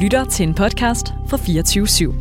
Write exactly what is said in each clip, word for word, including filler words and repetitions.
lytter til en podcast fra fireogtyve syv.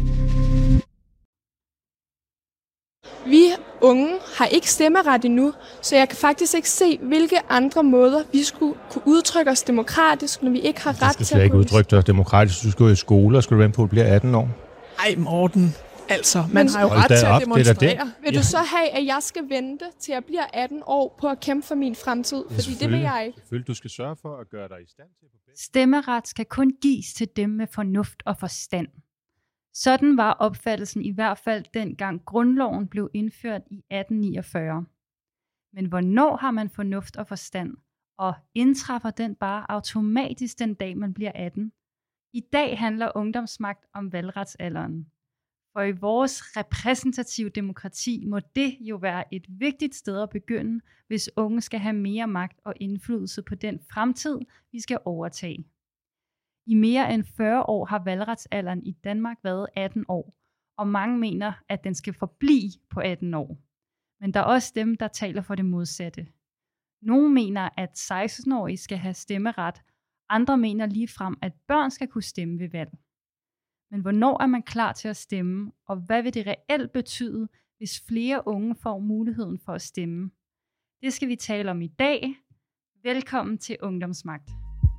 Vi unge har ikke stemmeret endnu, så jeg kan faktisk ikke se, hvilke andre måder vi skulle kunne udtrykke os demokratisk, når vi ikke har ret til at... Du skal slet ikke udtrykke dig demokratisk. Du skal gå i skole, og skal du vente på, at du bliver atten år. Ej, Morten. Altså, man Men, har jo ret til at op, demonstrere. det det. Vil du så have, at jeg skal vente til jeg bliver atten år på at kæmpe for min fremtid? Ja, Fordi det vil jeg ikke. Selvfølgelig, du skal sørge for at gøre dig i stand til... Stemmeret skal kun gives til dem med fornuft og forstand. Sådan var opfattelsen i hvert fald dengang grundloven blev indført i atten niogfyrre. Men hvornår har man fornuft og forstand, og indtræffer den bare automatisk den dag, man bliver atten? I dag handler ungdomsmagt om valgretsalderen. For i vores repræsentative demokrati må det jo være et vigtigt sted at begynde, hvis unge skal have mere magt og indflydelse på den fremtid, vi skal overtage. I mere end fyrre år har valgretsalderen i Danmark været atten år, og mange mener, at den skal forblive på atten år. Men der er også dem, der taler for det modsatte. Nogle mener, at seksten-årige skal have stemmeret, andre mener ligefrem, at børn skal kunne stemme ved valg. Men hvornår er man klar til at stemme, og hvad vil det reelt betyde, hvis flere unge får muligheden for at stemme? Det skal vi tale om i dag. Velkommen til Ungdomsmagt.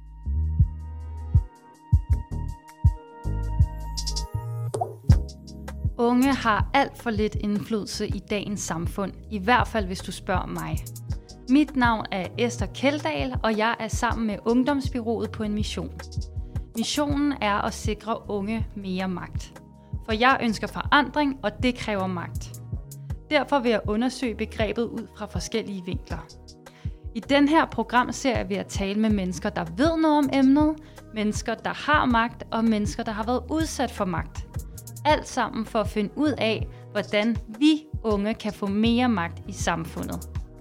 Unge har alt for lidt indflydelse i dagens samfund, i hvert fald hvis du spørger mig. Mit navn er Esther Kjeldahl, og jeg er sammen med Ungdomsbureauet på en mission. Missionen er at sikre unge mere magt. For jeg ønsker forandring, og det kræver magt. Derfor vil jeg undersøge begrebet ud fra forskellige vinkler. I den her programserie vil jeg tale med mennesker, der ved noget om emnet, mennesker, der har magt, og mennesker, der har været udsat for magt. Alt sammen for at finde ud af, hvordan vi unge kan få mere magt i samfundet.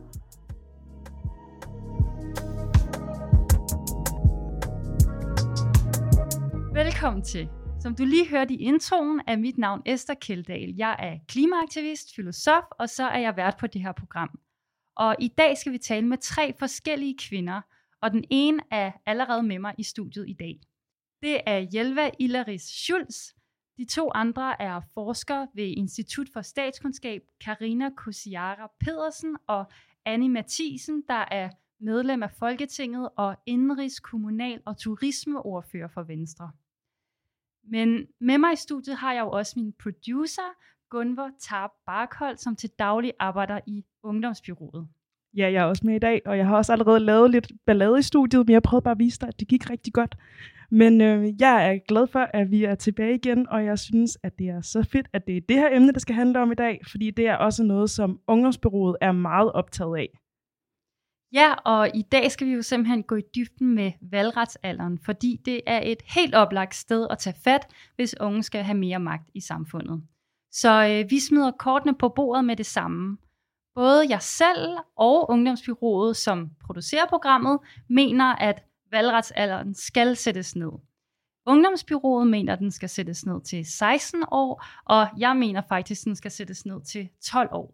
Velkommen til. Som du lige hørte i introen, er mit navn Esther Kjeldahl. Jeg er klimaaktivist, filosof, og så er jeg vært på det her program. Og i dag skal vi tale med tre forskellige kvinder, og den ene er allerede med mig i studiet i dag. Det er Jelva Ilaris Schultz. De to andre er forskere ved Institut for Statskundskab, Karina Kosiara Pedersen og Annie Mathisen, der er medlem af Folketinget og indenrigs-, kommunal- og turismeordfører for Venstre. Men med mig i studiet har jeg jo også min producer, Gunvor Tarp Barkholt, som til daglig arbejder i Ungdomsbureauet. Ja, jeg er også med i dag, og jeg har også allerede lavet lidt ballade i studiet, men jeg prøvede bare at vise dig, at det gik rigtig godt. Men øh, jeg er glad for, at vi er tilbage igen, og jeg synes, at det er så fedt, at det er det her emne, der skal handle om i dag, fordi det er også noget, som Ungdomsbureauet er meget optaget af. Ja, og i dag skal vi jo simpelthen gå i dybden med valgretsalderen, fordi det er et helt oplagt sted at tage fat, hvis unge skal have mere magt i samfundet. Så øh, vi smider kortene på bordet med det samme. Både jeg selv og Ungdomsbureauet, som producerer programmet, mener, at valgretsalderen skal sættes ned. Ungdomsbureauet mener, at den skal sættes ned til seksten år, og jeg mener faktisk, at den skal sættes ned til tolv år.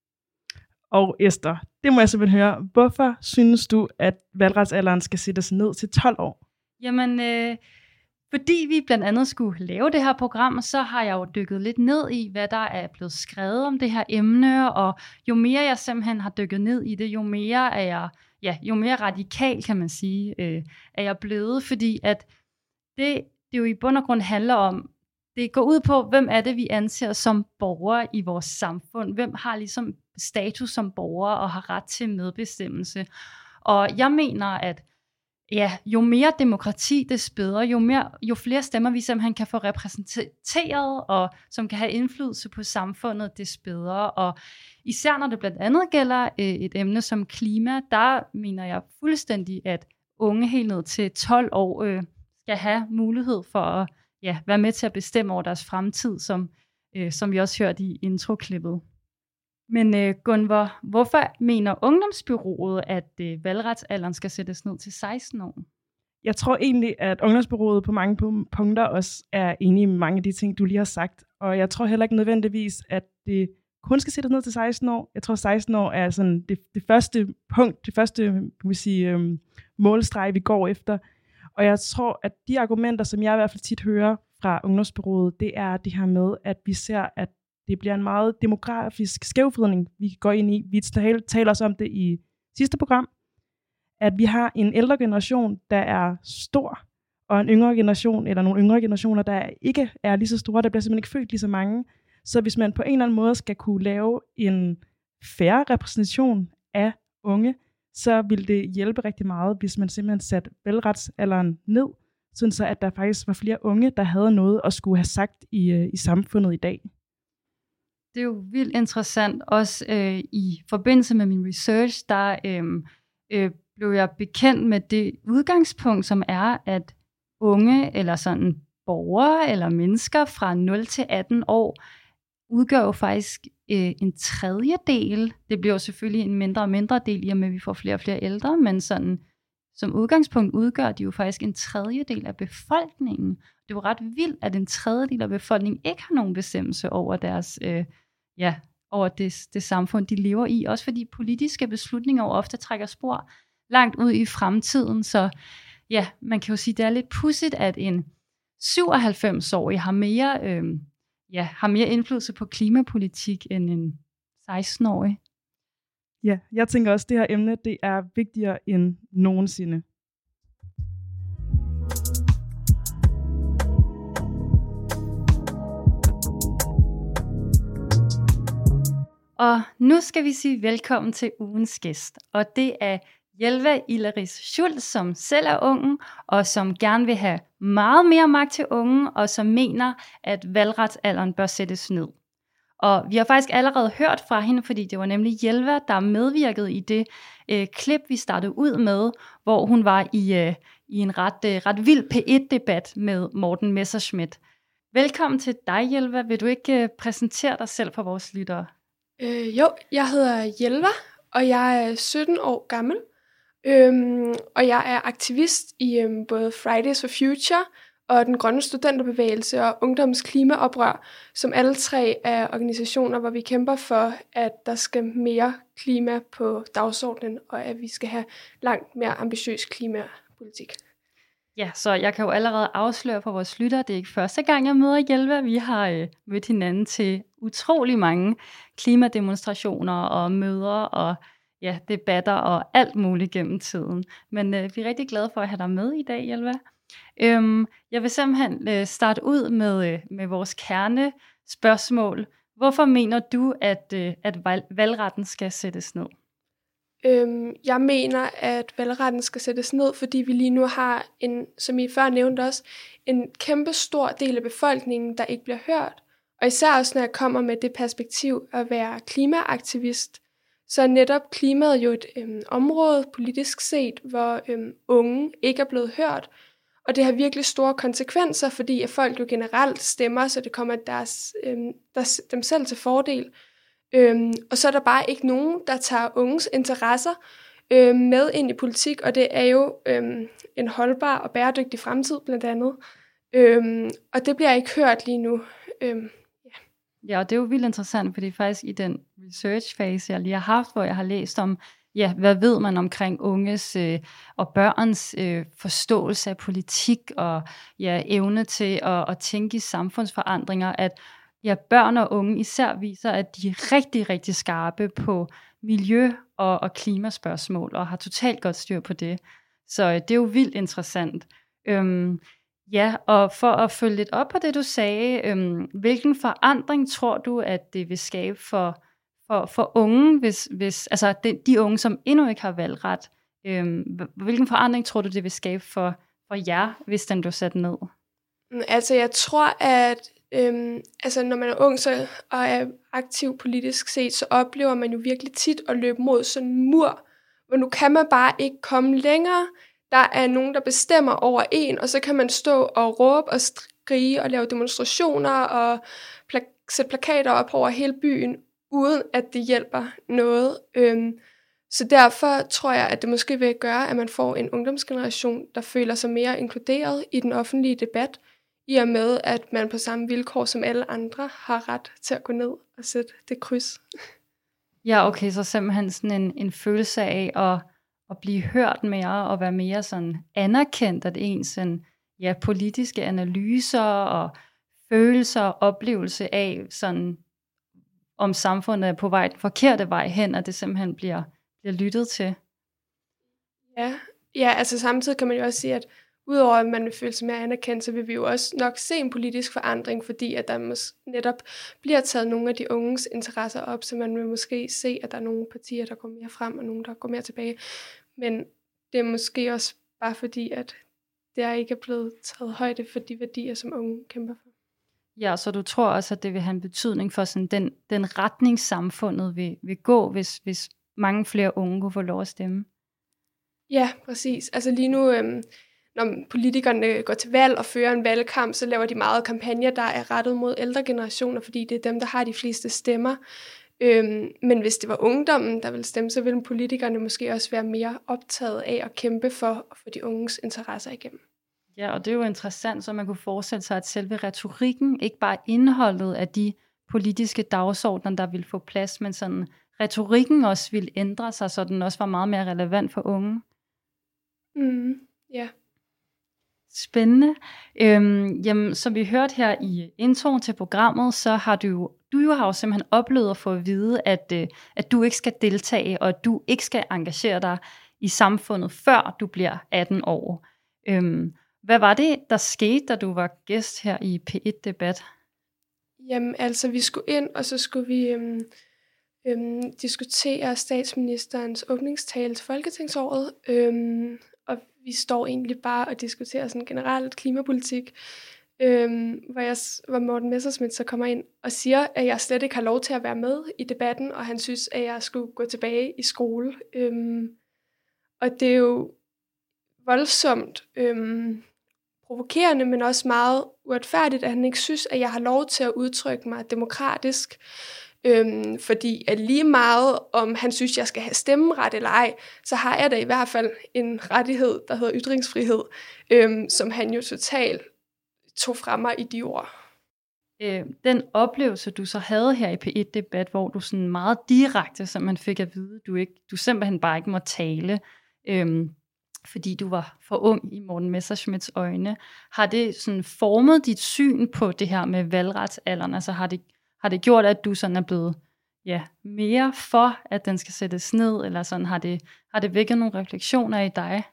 Og Esther, det må jeg simpelthen høre. Hvorfor synes du, at valgretsalderen skal sættes ned til tolv år? Jamen, øh, fordi vi blandt andet skulle lave det her program, så har jeg jo dykket lidt ned i, hvad der er blevet skrevet om det her emne, og jo mere jeg simpelthen har dykket ned i det, jo mere er jeg, ja, jo mere radikal, kan man sige, øh, er jeg blevet, fordi at det, det jo i bund og grund handler om, det går ud på, hvem er det, vi anser som borgere i vores samfund, hvem har ligesom status som borgere og har ret til medbestemmelse. Og jeg mener, at ja, jo mere demokrati, des bedre, jo, mere, jo flere stemmer vi simpelthen kan få repræsenteret, og som kan have indflydelse på samfundet, des bedre. Og især når det blandt andet gælder øh, et emne som klima, der mener jeg fuldstændig, at unge helt ned til tolv år øh, skal have mulighed for at ja, være med til at bestemme over deres fremtid, som, øh, som vi også hørte i introklippet. Men øh, Gunvor, hvorfor mener Ungdomsbureauet, at øh, valgretsalderen skal sættes ned til seksten år? Jeg tror egentlig, at Ungdomsbureauet på mange punkter også er enige med mange af de ting, du lige har sagt. Og jeg tror heller ikke nødvendigvis, at det kun skal sættes ned til seksten år. Jeg tror, seksten år er sådan det, det første punkt, det første kan vi sige, øhm, målstreg, vi går efter. Og jeg tror, at de argumenter, som jeg i hvert fald tit hører fra Ungdomsbureauet, det er det her med, at vi ser, at det bliver en meget demografisk skævvridning, vi går ind i. Vi taler også om det i sidste program, at vi har en ældre generation, der er stor, og en yngre generation, eller nogle yngre generationer, der ikke er lige så store, der bliver simpelthen ikke født lige så mange. Så hvis man på en eller anden måde skal kunne lave en fair repræsentation af unge, så vil det hjælpe rigtig meget, hvis man simpelthen satte valgretsalderen ned, sådan så at der faktisk var flere unge, der havde noget at skulle have sagt i, i samfundet i dag. Det er jo vildt interessant. Også øh, i forbindelse med min research, der øh, øh, blev jeg bekendt med det udgangspunkt, som er, at unge eller sådan borgere eller mennesker fra nul til atten år udgør jo faktisk øh, en tredjedel. Det bliver jo selvfølgelig en mindre og mindre del, i og med at vi får flere og flere ældre, men sådan som udgangspunkt udgør de jo faktisk en tredjedel af befolkningen. Det er jo ret vildt, at en tredjedel af befolkningen ikke har nogen bestemmelse over deres, øh, ja, over det, det samfund, de lever i. Også fordi politiske beslutninger jo ofte trækker spor langt ud i fremtiden. Så ja, man kan jo sige, at det er lidt pudsigt, at en syvoghalvfems-årig har mere, øh, ja, har mere indflydelse på klimapolitik end en seksten-årig. Ja, jeg tænker også, at det her emne, det er vigtigere end nogensinde. Og nu skal vi sige velkommen til ugens gæst, og det er Jelva Ileris Schultz, som selv er unge, og som gerne vil have meget mere magt til unge, og som mener, at valgretsalderen bør sættes ned. Og vi har faktisk allerede hørt fra hende, fordi det var nemlig Jelva, der medvirkede i det øh, klip, vi startede ud med, hvor hun var i, øh, i en ret, øh, ret vild P et-debat med Morten Messerschmidt. Velkommen til dig, Jelva. Vil du ikke øh, præsentere dig selv for vores lyttere? Øh, jo, jeg hedder Jelva, og jeg er sytten år gammel. Øhm, og jeg er aktivist i øhm, både Fridays for Future og den grønne studenterbevægelse og ungdoms klimaoprør, som alle tre er organisationer, hvor vi kæmper for, at der skal mere klima på dagsordenen, og at vi skal have langt mere ambitiøs klimapolitik. Ja, så jeg kan jo allerede afsløre for vores lyttere, det er ikke første gang, jeg møder Jelva. Vi har øh, mødt hinanden til utrolig mange klimademonstrationer og møder og ja, debatter og alt muligt gennem tiden. Men øh, vi er rigtig glade for at have dig med i dag, Jelva. Øhm, jeg vil simpelthen øh, starte ud med, øh, med vores kernespørgsmål. Hvorfor mener du, at, øh, at valg- valgretten skal sættes ned? Øhm, jeg mener, at valgretten skal sættes ned, fordi vi lige nu har, en, som I før nævnte også, en kæmpe stor del af befolkningen, der ikke bliver hørt. Og især også, når jeg kommer med det perspektiv at være klimaaktivist, så er netop klimaet jo et øhm, område, politisk set, hvor øhm, unge ikke er blevet hørt. Og det har virkelig store konsekvenser, fordi at folk jo generelt stemmer, så det kommer deres, øhm, der, dem selv til fordel. Øhm, og så er der bare ikke nogen, der tager unges interesser øhm, med ind i politik, og det er jo øhm, en holdbar og bæredygtig fremtid blandt andet. Øhm, og det bliver ikke hørt lige nu. Øhm, Ja, og det er jo vildt interessant, fordi faktisk i den research-fase, jeg lige har haft, hvor jeg har læst om, ja, hvad ved man omkring unges øh, og børns øh, forståelse af politik og ja, evne til at, at tænke i samfundsforandringer, at ja, børn og unge især viser, at de er rigtig, rigtig skarpe på miljø- og, og klimaspørgsmål, og har totalt godt styr på det. Så øh, det er jo vildt interessant. Øhm, Ja, og for at følge lidt op på det, du sagde, øhm, hvilken forandring tror du, at det vil skabe for, for, for unge, hvis, hvis, altså de, de unge, som endnu ikke har valgret, øhm, hvilken forandring tror du, det vil skabe for, for jer, hvis den blev sat ned? Altså, jeg tror, at øhm, altså, når man er ung så, og er aktiv politisk set, så oplever man jo virkelig tit at løbe mod sådan en mur, hvor nu kan man bare ikke komme længere. Der er nogen, der bestemmer over en, og så kan man stå og råbe og skrige og lave demonstrationer og pla- sætte plakater op over hele byen, uden at det hjælper noget. Øhm, så derfor tror jeg, at det måske vil gøre, at man får en ungdomsgeneration, der føler sig mere inkluderet i den offentlige debat, i og med, at man på samme vilkår som alle andre har ret til at gå ned og sætte det kryds. Ja, okay, så simpelthen sådan en, en følelse af at at blive hørt mere, og være mere sådan anerkendt, at ens sådan, ja, politiske analyser og følelser og oplevelse af, sådan, om samfundet er på vej den forkerte vej hen, at det simpelthen bliver, bliver lyttet til. Ja. ja, altså samtidig kan man jo også sige, at udover at man vil føle sig mere anerkendt, så vil vi jo også nok se en politisk forandring, fordi at der mås- netop bliver taget nogle af de unges interesser op, så man vil måske se, at der er nogle partier, der går mere frem, og nogle, der går mere tilbage. Men det er måske også bare fordi, at der ikke er blevet taget højde for de værdier, som unge kæmper for. Ja, så du tror også, at det vil have en betydning for sådan den, den retning, samfundet vil, vil gå, hvis, hvis mange flere unge kunne få lov at stemme? Ja, præcis. Altså lige nu, øhm, når politikerne går til valg og fører en valgkamp, så laver de meget kampagner, der er rettet mod ældre generationer, fordi det er dem, der har de fleste stemmer. Øhm, men hvis det var ungdommen, der ville stemme, så ville politikerne måske også være mere optaget af at kæmpe for at få de unges interesser igennem. Ja, og det er jo interessant, så man kunne forestille sig, at selve retorikken, ikke bare indholdet af de politiske dagsordner, der ville få plads, men sådan retorikken også ville ændre sig, så den også var meget mere relevant for unge. Mm, ja. Spændende. Øhm, jamen, som vi hørte her i introen til programmet, så har du jo, du jo har jo simpelthen oplevet at få at vide, at, øh, at du ikke skal deltage, og at du ikke skal engagere dig i samfundet, før du bliver atten år. Øhm, hvad var det, der skete, da du var gæst her i P et Debat? Jamen, altså, vi skulle ind, og så skulle vi øhm, øhm, diskutere statsministerens åbningstale til Folketingsåret, øhm, og vi står egentlig bare og diskuterer sådan generelt klimapolitik, øhm, hvor, jeg, hvor Morten Messerschmidt så kommer ind og siger, at jeg slet ikke har lov til at være med i debatten, og han synes, at jeg skulle gå tilbage i skole. Øhm, og det er jo voldsomt øhm, provokerende, men også meget uretfærdigt, at han ikke synes, at jeg har lov til at udtrykke mig demokratisk. Øhm, fordi at lige meget om han synes, jeg skal have stemmeret eller ej, så har jeg da i hvert fald en rettighed, der hedder ytringsfrihed, øhm, som han jo totalt tog fra mig i de ord. Øh, den oplevelse, du så havde her i P et Debat, hvor du sådan meget direkte, som man fik at vide, du, ikke, du simpelthen bare ikke må tale, øhm, fordi du var for ung i Morten Messerschmidts øjne, har det sådan formet dit syn på det her med valgretsalderen? Altså har det Har det gjort, at du sådan er blevet ja, mere for, at den skal sættes ned, eller sådan har det, har det vækket nogle refleksioner i dig?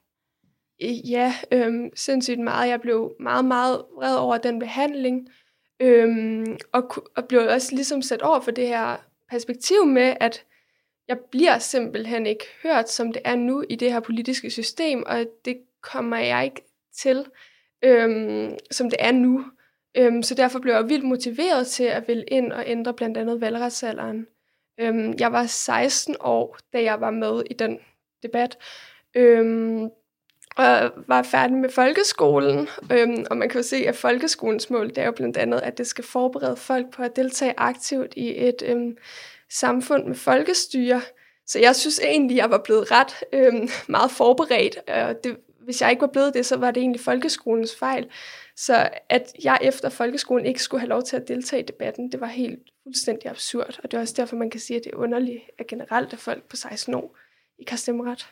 Ja, øhm, sindssygt meget. Jeg blev meget, meget vred over den behandling, øhm, og, og blev også ligesom sat over for det her perspektiv med, at jeg bliver simpelthen ikke hørt, som det er nu i det her politiske system, og det kommer jeg ikke til, øhm, som det er nu. Øhm, så derfor blev jeg vildt motiveret til at ville ind og ændre blandt andet valgretsalderen. Øhm, jeg var seksten år, da jeg var med i den debat, øhm, og var færdig med folkeskolen. Øhm, og man kan jo se, at folkeskolens mål, det er jo blandt andet, at det skal forberede folk på at deltage aktivt i et øhm, samfund med folkestyre. Så jeg synes egentlig, jeg var blevet ret øhm, meget forberedt. Og det, hvis jeg ikke var blevet det, så var det egentlig folkeskolens fejl. Så at jeg efter folkeskolen ikke skulle have lov til at deltage i debatten, det var helt fuldstændig absurd. Og det er også derfor, man kan sige, at det er underligt, at generelt at folk på seksten år ikke har stemmeret.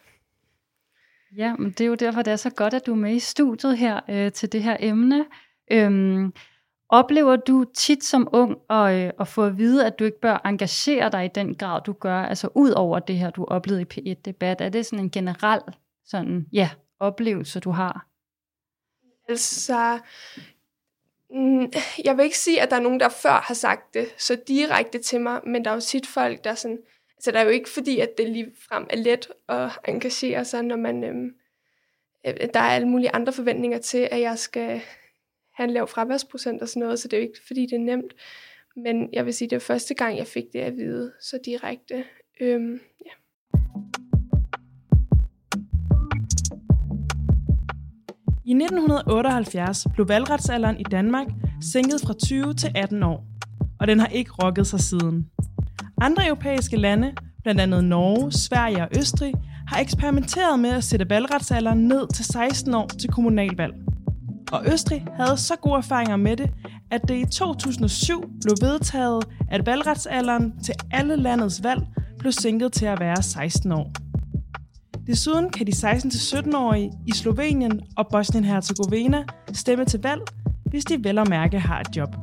Ja, men det er jo derfor, det er så godt, at du er med i studiet her øh, til det her emne. Øhm, oplever du tit som ung at, øh, at få at vide, at du ikke bør engagere dig i den grad, du gør, altså ud over det her, du oplevede i P et Debat? Er det sådan en generel sådan, ja, oplevelse, du har? Altså, jeg vil ikke sige, at der er nogen, der før har sagt det så direkte til mig, men der er jo tit folk, der sådan, altså der er jo ikke fordi, at det ligefrem er let at engagere sig, når man, øhm, der er alle mulige andre forventninger til, at jeg skal have en lav fraværsprocent og sådan noget, så det er jo ikke fordi, det er nemt. Men jeg vil sige, det er første gang, jeg fik det at vide så direkte. Øhm, ja. I nitten otteoghalvfjerds blev valgretsalderen i Danmark sænket fra tyve til atten år, og den har ikke rokket sig siden. Andre europæiske lande, blandt andet Norge, Sverige og Østrig, har eksperimenteret med at sætte valgretsalderen ned til seksten år til kommunalvalg. Og Østrig havde så gode erfaringer med det, at det i to tusind og syv blev vedtaget, at valgretsalderen til alle landets valg blev sænket til at være seksten år. Desuden kan de seksten til sytten-årige i Slovenien og Bosnien-Herzegovina stemme til valg, hvis de vel og mærke har et job.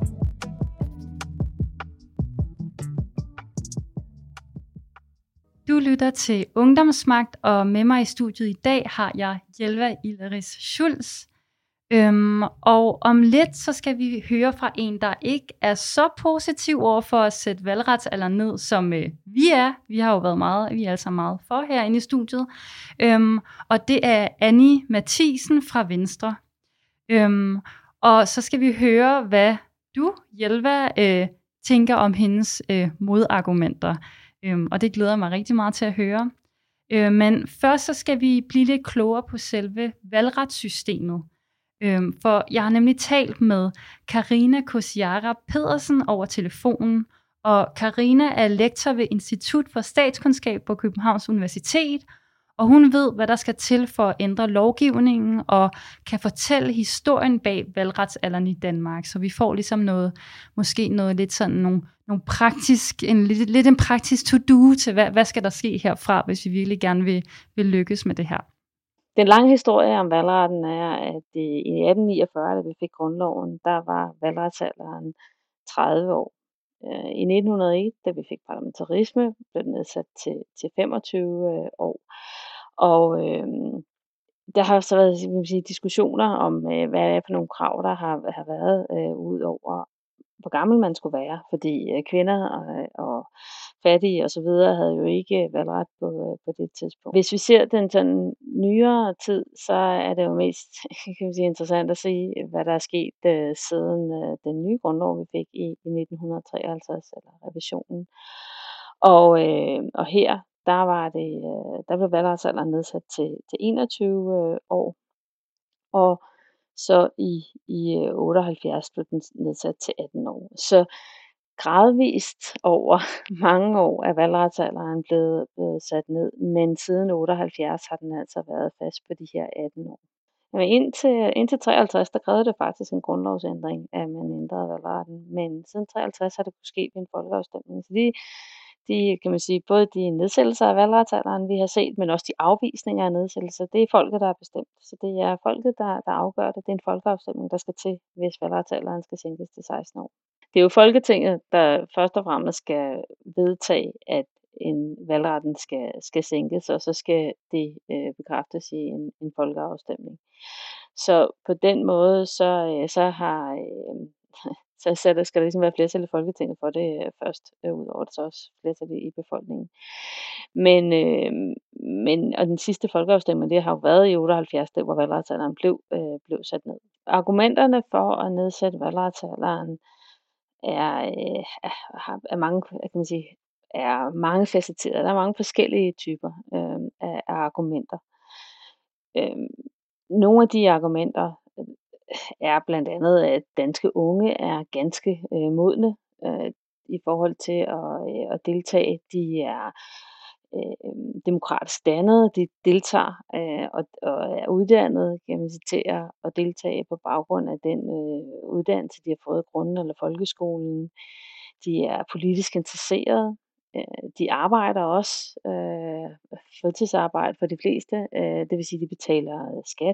Du lytter til Ungdomsmagt, og med mig i studiet i dag har jeg Jelva Ileris Schulz. Øhm, og om lidt så skal vi høre fra en, der ikke er så positiv over for at sætte valgretsalderen ned, som øh, vi er. Vi har jo været meget, vi er altså meget for herinde i studiet. Øhm, og det er Annie Mathisen fra Venstre. Øhm, og så skal vi høre, hvad du, Jelva, øh, tænker om hendes øh, modargumenter. Øhm, og det glæder mig rigtig meget til at høre. Øh, men først så skal vi blive lidt klogere på selve valgretssystemet. Øhm, for jeg har nemlig talt med Karina Kosiara Pedersen over telefonen, og Karina er lektor ved Institut for Statskundskab på Københavns Universitet, og hun ved, hvad der skal til for at ændre lovgivningen, og kan fortælle historien bag valgretsalderen i Danmark. Så vi får ligesom noget, måske noget lidt sådan nogle, nogle praktisk, en, lidt, lidt en praktisk to-do til, hvad, hvad skal der ske herfra, hvis vi virkelig gerne vil, vil lykkes med det her. Den lange historie om valgretten er, at i atten niogfyrre, da vi fik grundloven, der var valgretsalderen tredive år. I nitten hundrede og en, da vi fik parlamentarisme, blev den nedsat til, til femogtyve år. Og øh, der har så været vil sige, diskussioner om, øh, hvad det er for nogle krav, der har, har været øh, ud over, hvor gammel man skulle være. Fordi øh, kvinder og, og fattige og så videre havde jo ikke valgret på, øh, på det tidspunkt. Hvis vi ser den sådan nyere tid, så er det jo mest kan man sige, interessant at se, hvad der er sket øh, siden øh, den nye grundlov, vi fik i, i nitten treoghalvtreds, eller revisionen. Og, øh, og her, der var det, øh, der blev valgretsalderen nedsat til, til enogtyve øh, år. Og så i, i otteoghalvfjerds blev den nedsat til atten år. Så gradvist over mange år er valgretsalderen blevet, blevet sat ned, men siden otteoghalvfjerds har den altså været fast på de her atten år. Men indtil, indtil treoghalvtreds, der krævede det faktisk en grundlovsændring, at man ændrede valgretten. Men siden treoghalvtreds har det kunne ske ved en folkeafstemning. Så de, de, kan man sige, både de nedsættelser af valgretsalderen, vi har set, men også de afvisninger af nedsættelser, det er folket, der er bestemt. Så det er folket, der, der afgør det. Det er en folkeafstemning, der skal til, hvis valgretsalderen skal sænkes til seksten år. Det er jo Folketinget, der først og fremmest skal vedtage, at en valgretten skal, skal sænkes, og så skal det øh, bekræftes i en, en folkeafstemning. Så på den måde, så, øh, så har øh, så, så der skal der ligesom være flertal i Folketinget for det øh, først, øh, udover det så også flertal i befolkningen. Men, øh, men og den sidste folkeafstemning, det har jo været i otteoghalvfjerds, hvor valgretsalderen blev, øh, blev sat ned. Argumenterne for at nedsætte valgretsalderen er, øh, er, er mange, kan man sige, er mange facetterede. Der er mange forskellige typer øh, af, af argumenter. Øh, nogle af de argumenter er blandt andet, at danske unge er ganske øh, modne øh, i forhold til at, øh, at deltage. De er øh, demokratisk dannede, de deltager øh, og, og er uddannet, kan man sige, til at, at deltage på baggrund af den øh, uddannelse, de har fået i grunden eller folkeskolen. De er politisk interesserede. De arbejder også, øh, fritidsarbejde for de fleste, øh, det vil sige, de betaler skat.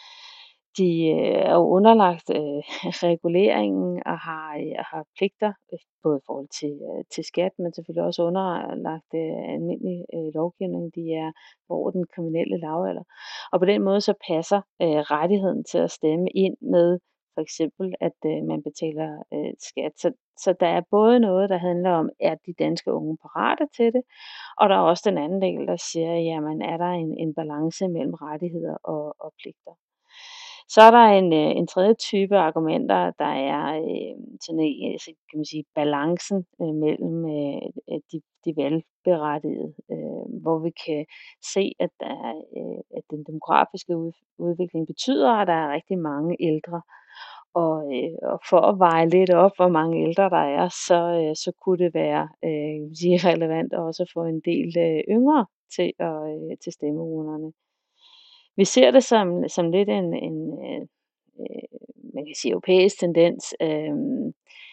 De øh, er jo underlagt øh, reguleringen og har, øh, har pligter, både i forhold til, øh, til skat, men selvfølgelig også underlagt øh, almindelig øh, lovgivning. De er over den kriminelle lavalder. Og på den måde så passer øh, rettigheden til at stemme ind med for eksempel, at øh, man betaler øh, skat. Så, så der er både noget, der handler om, er de danske unge parate til det, og der er også den anden del, der siger, jamen er der en, en balance mellem rettigheder og, og pligter. Så er der en, en tredje type argumenter, der er øh, sådan en, kan man sige, balancen øh, mellem øh, de, de valgberettigede, øh, hvor vi kan se, at, der, øh, at den demografiske ud, udvikling betyder, at der er rigtig mange ældre. Og, øh, og for at veje lidt op, hvor mange ældre der er, så, øh, så kunne det være øh, relevant også at få en del øh, yngre til, at, øh, til stemmeurnerne. Vi ser det som, som lidt en, en øh, man kan sige, europæisk tendens. Øh,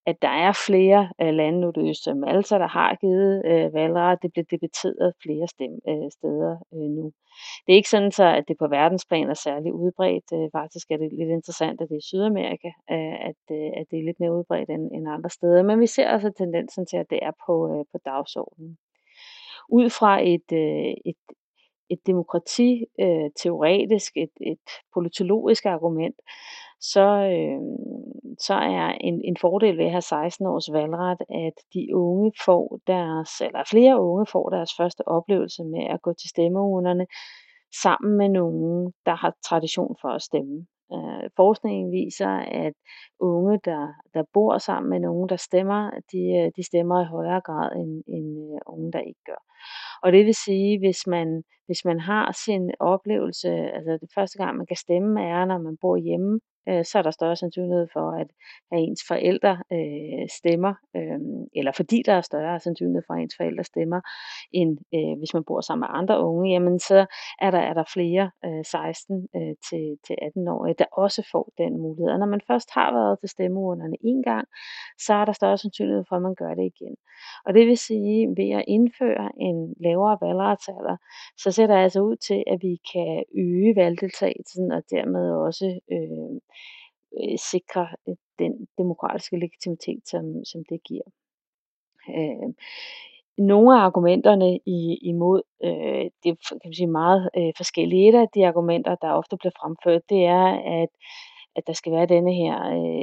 at der er flere øh, lande, nu er det Østrig og Malta, der har givet øh, valgret. Det bliver debatteret flere stem, øh, steder øh, nu. Det er ikke sådan, så, at det på verdensplan er særlig udbredt. Øh, faktisk er det lidt interessant, at det er i Sydamerika, øh, at, øh, at det er lidt mere udbredt end, end andre steder. Men vi ser altså tendensen til, at det er på, øh, på dagsordenen. Ud fra et, øh, et, et demokrati, øh, teoretisk, et, et politologisk argument, så, øh, så er en, en fordel ved at have seksten års valgret, at de unge får deres, eller flere unge får deres første oplevelse med at gå til stemmeurnerne sammen med nogen, der har tradition for at stemme. Øh, forskningen viser, at unge, der, der bor sammen med nogen, der stemmer, de, de stemmer i højere grad end, end unge, der ikke gør. Og det vil sige, hvis man, hvis man har sin oplevelse, altså det første gang, man kan stemme, er, når man bor hjemme, øh, så er der større sandsynlighed for, at, at ens forældre øh, stemmer, øh, eller fordi der er større sandsynlighed for, at ens forældre stemmer, end øh, hvis man bor sammen med andre unge, jamen så er der, er der flere øh, seksten til atten-årige, der også får den mulighed. Og når man først har været til stemmeurnerne en gang, så er der større sandsynlighed for, at man gør det igen. Og det vil sige, ved at indføre en lavere valgretsalder, så ser det altså ud til, at vi kan øge valgdeltagelsen og dermed også øh, øh, sikre den demokratiske legitimitet, som, som det giver. Øh, nogle af argumenterne i, imod, øh, det er kan man sige, meget øh, forskellige. Et af de argumenter, der ofte bliver fremført, det er, at, at der skal være denne her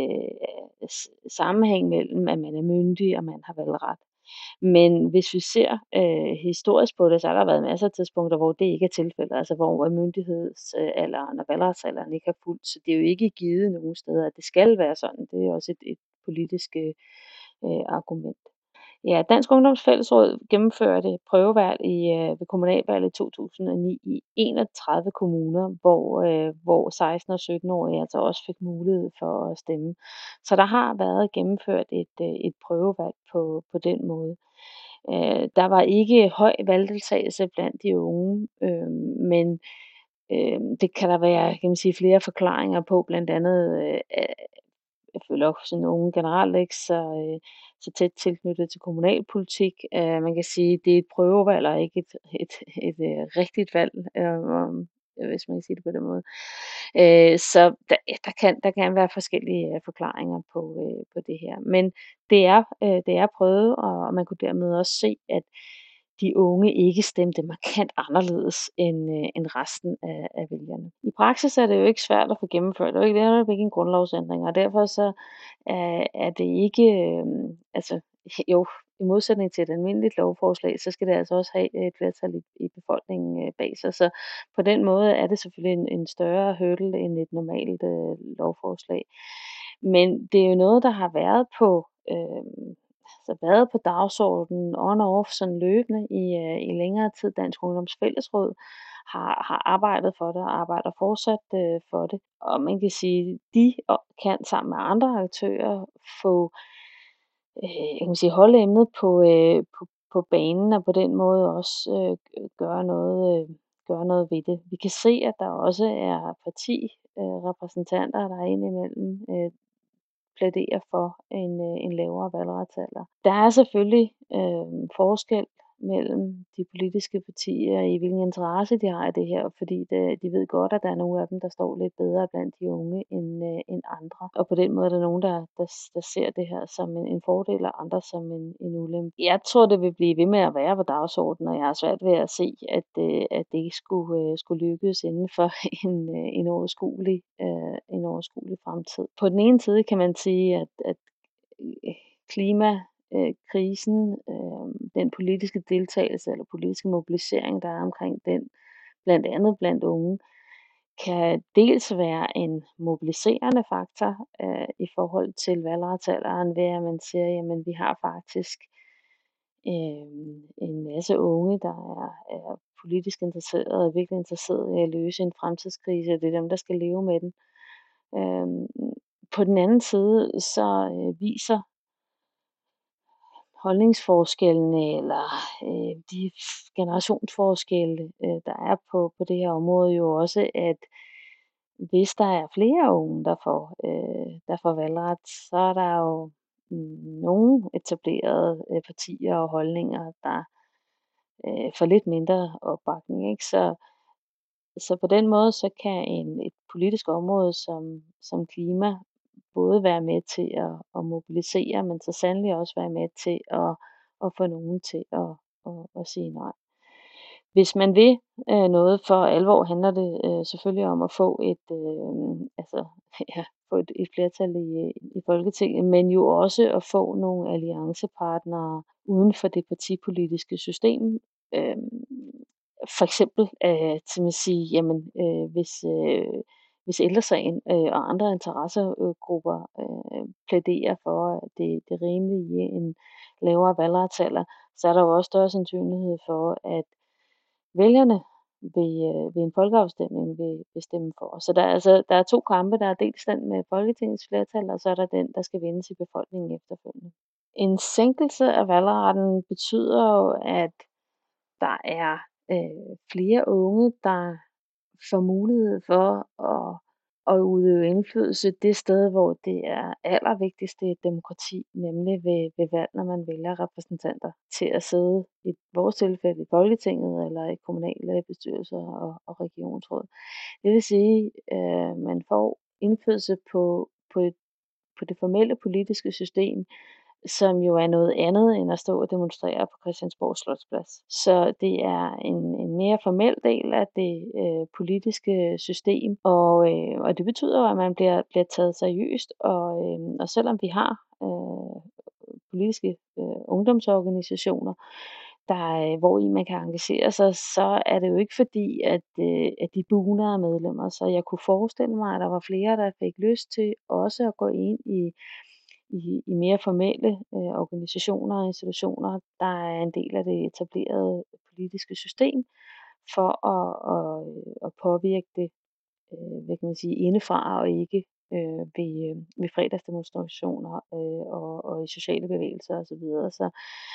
øh, sammenhæng mellem, at man er myndig og man har valgret. Men hvis vi ser øh, historisk på det, så har der været masser af tidspunkter, hvor det ikke er tilfældet, altså hvor myndighedsalderen og valgretsalderen ikke har fulgt. Så det er jo ikke givet nogen steder, at det skal være sådan. Det er også et, et politisk øh, argument. Ja, Dansk Ungdoms Fællesråd gennemførte prøvevalg i, øh, ved kommunalvalget i to tusind og ni i enogtredive kommuner, hvor, øh, hvor seksten- og sytten-årige altså også fik mulighed for at stemme. Så der har været gennemført et, øh, et prøvevalg på, på den måde. Øh, der var ikke høj valgdeltagelse blandt de unge, øh, men øh, det kan der være, kan man sige, flere forklaringer på, blandt andet øh, jeg føler også sådan unge generelt ikke så, øh, så tæt tilknyttet til kommunalpolitik. Uh, man kan sige, det er et prøvevalg og ikke et, et, et, et uh, rigtigt valg, uh, hvis man kan sige det på den måde. Uh, så der, der, kan, der kan være forskellige uh, forklaringer på, uh, på det her. Men det er, uh, det er prøvet, og man kunne dermed også se, at de unge ikke stemte markant anderledes end, øh, end resten af, af vælgerne. I praksis er det jo ikke svært at få gennemført. Det er jo ikke, det er ikke en grundlovsændring, og derfor så er, er det ikke, øh, altså jo, i modsætning til et almindeligt lovforslag, så skal det altså også have et flertal i, i befolkningen øh, bag sig. Så på den måde er det selvfølgelig en, en større hurdle end et normalt øh, lovforslag. Men det er jo noget, der har været på... Øh, så været på dagsordenen on og off sådan løbende i, øh, i længere tid. Dansk Ungdoms Fællesråd har, har arbejdet for det og arbejder fortsat øh, for det. Og man kan sige, de kan sammen med andre aktører få øh, jeg kan sige, holde emnet på, øh, på, på banen og på den måde også øh, gøre, noget, øh, gøre noget ved det. Vi kan se, at der også er partirepræsentanter, der er indimellem øh, plæderer for en, øh, en lavere valgretsalder. Der er selvfølgelig øh, forskel mellem de politiske partier i hvilken interesse de har i det her, fordi det, de ved godt, at der er nogle af dem, der står lidt bedre blandt de unge end, øh, end andre. Og på den måde er der nogen, der, der, der ser det her som en, en fordel, og andre som en, en ulempe. Jeg tror, det vil blive ved med at være på dagsordenen, og jeg har svært ved at se, at, øh, at det ikke skulle, øh, skulle lykkes inden for en, øh, en, overskuelig, øh, en overskuelig fremtid. På den ene side kan man sige, at, at klima Øh, krisen, øh, den politiske deltagelse eller politiske mobilisering, der er omkring den, blandt andet blandt unge, kan dels være en mobiliserende faktor øh, i forhold til valgretsalderen, ved at man siger, jamen vi har faktisk øh, en masse unge, der er, er politisk interesserede og virkelig interesserede i at løse en fremtidskrise, og det er dem, der skal leve med den. Øh, på den anden side, så øh, viser holdningsforskellene eller øh, de generationsforskelle, øh, der er på, på det her område, jo også, at hvis der er flere unge, der får, øh, der får valgret, så er der jo nogle etablerede øh, partier og holdninger, der øh, får lidt mindre opbakning, ikke? Så, så på den måde, så kan en, et politisk område som, som klima både være med til at, at mobilisere, men så sandelig også være med til at, at få nogen til at, at, at sige nej. Hvis man vil øh, noget for alvor, handler det øh, selvfølgelig om at få et, øh, altså, ja, få et, et flertal i, i Folketinget, men jo også at få nogle alliancepartnere uden for det partipolitiske system. Øh, for eksempel øh, til at sige, jamen øh, hvis, øh, hvis Ældresagen øh, og andre interessegrupper øh, plæderer for, at det, det er rimeligt i en lavere valgretsalder, så er der jo også større sandsynlighed for, at vælgerne ved, øh, ved en folkeafstemning vil, vil stemme for. Så der er, altså, der er to kampe, der er dels den med Folketingets flertal, og så er der den, der skal vindes i befolkningen efterfølgende. En sænkelse af valgretten betyder jo, at der er øh, flere unge, der får mulighed for at, at udøve indflydelse det sted, hvor det er allervigtigst i et demokrati, nemlig ved, ved valg, når man vælger repræsentanter til at sidde i vores tilfælde i Folketinget eller i kommunale bestyrelser og, og regionsråd. Det vil sige, at øh, man får indflydelse på, på, et, på det formelle politiske system, som jo er noget andet end at stå og demonstrere på Christiansborg Slotsplads. Så det er en, en mere formel del af det øh, politiske system, og, øh, og det betyder jo, at man bliver, bliver taget seriøst, og, øh, og selvom vi har øh, politiske øh, ungdomsorganisationer, der, hvor i man kan engagere sig, så er det jo ikke fordi, at, øh, at de buner af medlemmer. Så jeg kunne forestille mig, at der var flere, der fik lyst til også at gå ind i I, i mere formelle øh, organisationer og institutioner, der er en del af det etablerede politiske system, for at, at, at påvirke det øh, hvad kan man sige, indefra og ikke øh, ved, ved fredagsdemonstrationer øh, og, og i sociale bevægelser osv. Så, videre. Så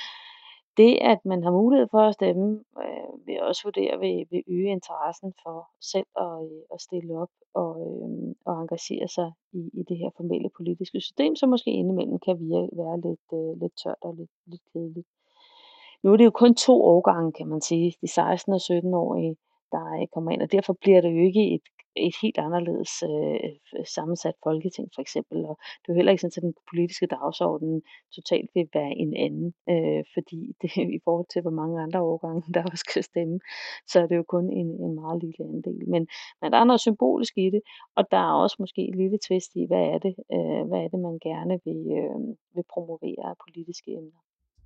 det, at man har mulighed for at stemme, øh, vil jeg også vurdere vil, vil øge interessen for selv at, at stille op og, øh, og engagere sig i, i det her formelle politiske system, som måske indimellem kan virke, være lidt, øh, lidt tørt og lidt, lidt kedeligt. Nu er det jo kun to årgange, kan man sige, de seksten- og sytten-årige, der kommer ind, og derfor bliver det jo ikke et, et helt anderledes øh, sammensat folketing, for eksempel. Og det er jo heller ikke sådan, at den politiske dagsorden totalt vil være en anden, øh, fordi det i forhold til, hvor mange andre årgange, der også skal stemme, så er det jo kun en, en meget lille andel. Men, men der er noget symbolisk i det, og der er også måske et lille twist i, hvad er det, øh, hvad er det man gerne vil, øh, vil promovere af politiske emner.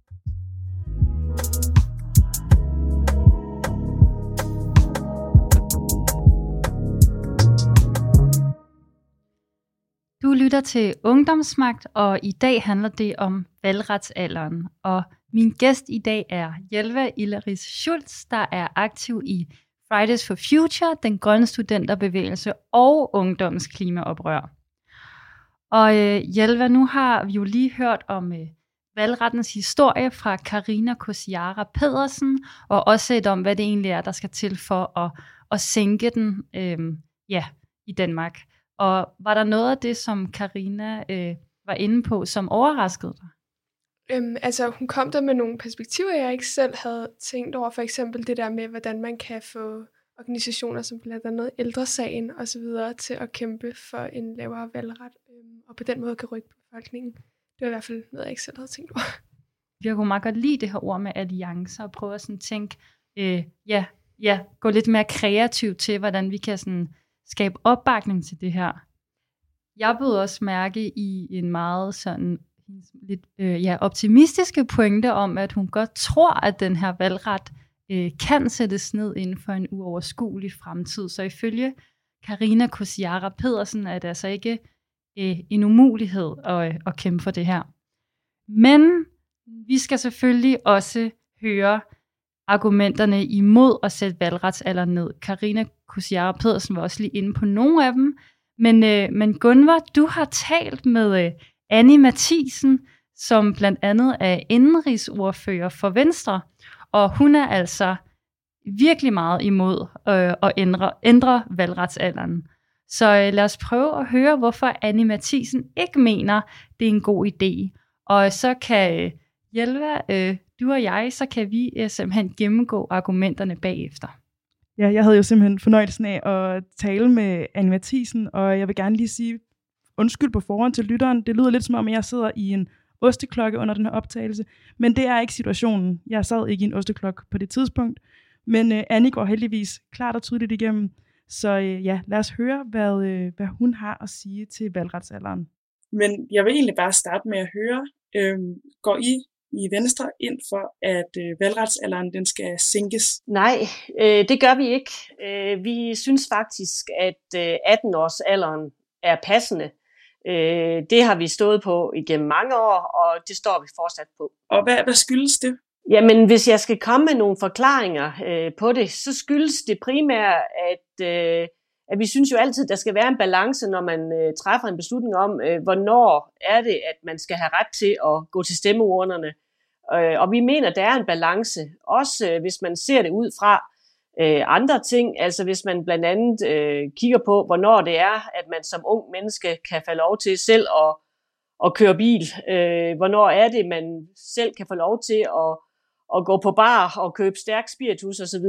Du lytter til Ungdomsmagt, og i dag handler det om valgretsalderen. Og min gæst i dag er Jelva Illeris Schultz, der er aktiv i Fridays for Future, den grønne studenterbevægelse og ungdommens klimaoprør. Og øh, Jelva, nu har vi jo lige hørt om øh, valgrettens historie fra Karina Kosiara Pedersen, og også set om, hvad det egentlig er, der skal til for at, at sænke den øh, ja, i Danmark. Og var der noget af det, som Karina øh, var inde på, som overraskede dig? Øhm, altså, hun kom der med nogle perspektiver, jeg ikke selv havde tænkt over. For eksempel det der med, hvordan man kan få organisationer som blandt andet Ældresagen og så videre til at kæmpe for en lavere valgret, øhm, og på den måde kan rykke befolkningen. Det var i hvert fald noget, jeg ikke selv havde tænkt over. Jeg kunne meget godt lide det her ord med alliancer, og prøve at sådan tænke, øh, ja, ja, gå lidt mere kreativt til, hvordan vi kan sådan skabe opbakning til det her. Jeg blev også mærke i en meget sådan lidt øh, ja, optimistiske pointe om, at hun godt tror, at den her valgret øh, kan sættes ned inden for en uoverskuelig fremtid. Så ifølge Karina Kosiara Pedersen er det altså ikke øh, en umulighed at, at kæmpe for det her. Men vi skal selvfølgelig også høre argumenterne imod at sætte valgretsalderen ned. Karina Kosiara Pedersen var også lige inde på nogle af dem. Men, øh, men Gunvar, du har talt med øh, Annie Matthiesen, som blandt andet er indenrigsordfører for Venstre, og hun er altså virkelig meget imod øh, at ændre, ændre valgretsalderen. Så øh, lad os prøve at høre, hvorfor Annie Matthiesen ikke mener, det er en god idé. Og så kan øh, Jelva, øh, du og jeg, så kan vi øh, simpelthen gennemgå argumenterne bagefter. Ja, jeg havde jo simpelthen fornøjelsen af at tale med Annie Matthiesen, og jeg vil gerne lige sige undskyld på forhånd til lytteren. Det lyder lidt som om, jeg sidder i en osteklokke under den her optagelse, men det er ikke situationen. Jeg sad ikke i en osteklokke på det tidspunkt, men uh, Annie går heldigvis klart og tydeligt igennem. Så uh, ja, lad os høre, hvad, uh, hvad hun har at sige til valgretsalderen. Men jeg vil egentlig bare starte med at høre, øh, går I i Venstre ind for, at øh, valgretsalderen den skal sænkes? Nej, øh, det gør vi ikke. Øh, vi synes faktisk, at øh, atten-årsalderen er passende. Øh, det har vi stået på igennem mange år, og det står vi fortsat på. Og hvad, hvad skyldes det? Jamen, hvis jeg skal komme med nogle forklaringer øh, på det, så skyldes det primært, at, øh, at vi synes jo altid, der skal være en balance, når man øh, træffer en beslutning om, øh, hvornår er det, at man skal have ret til at gå til stemmeurnerne. Øh, og vi mener, der er en balance, også øh, hvis man ser det ud fra øh, andre ting. Altså hvis man blandt andet øh, kigger på, hvornår det er, at man som ung menneske kan få lov til selv at, at køre bil. Øh, hvornår er det, man selv kan få lov til at at gå på bar og købe stærk spiritus osv.,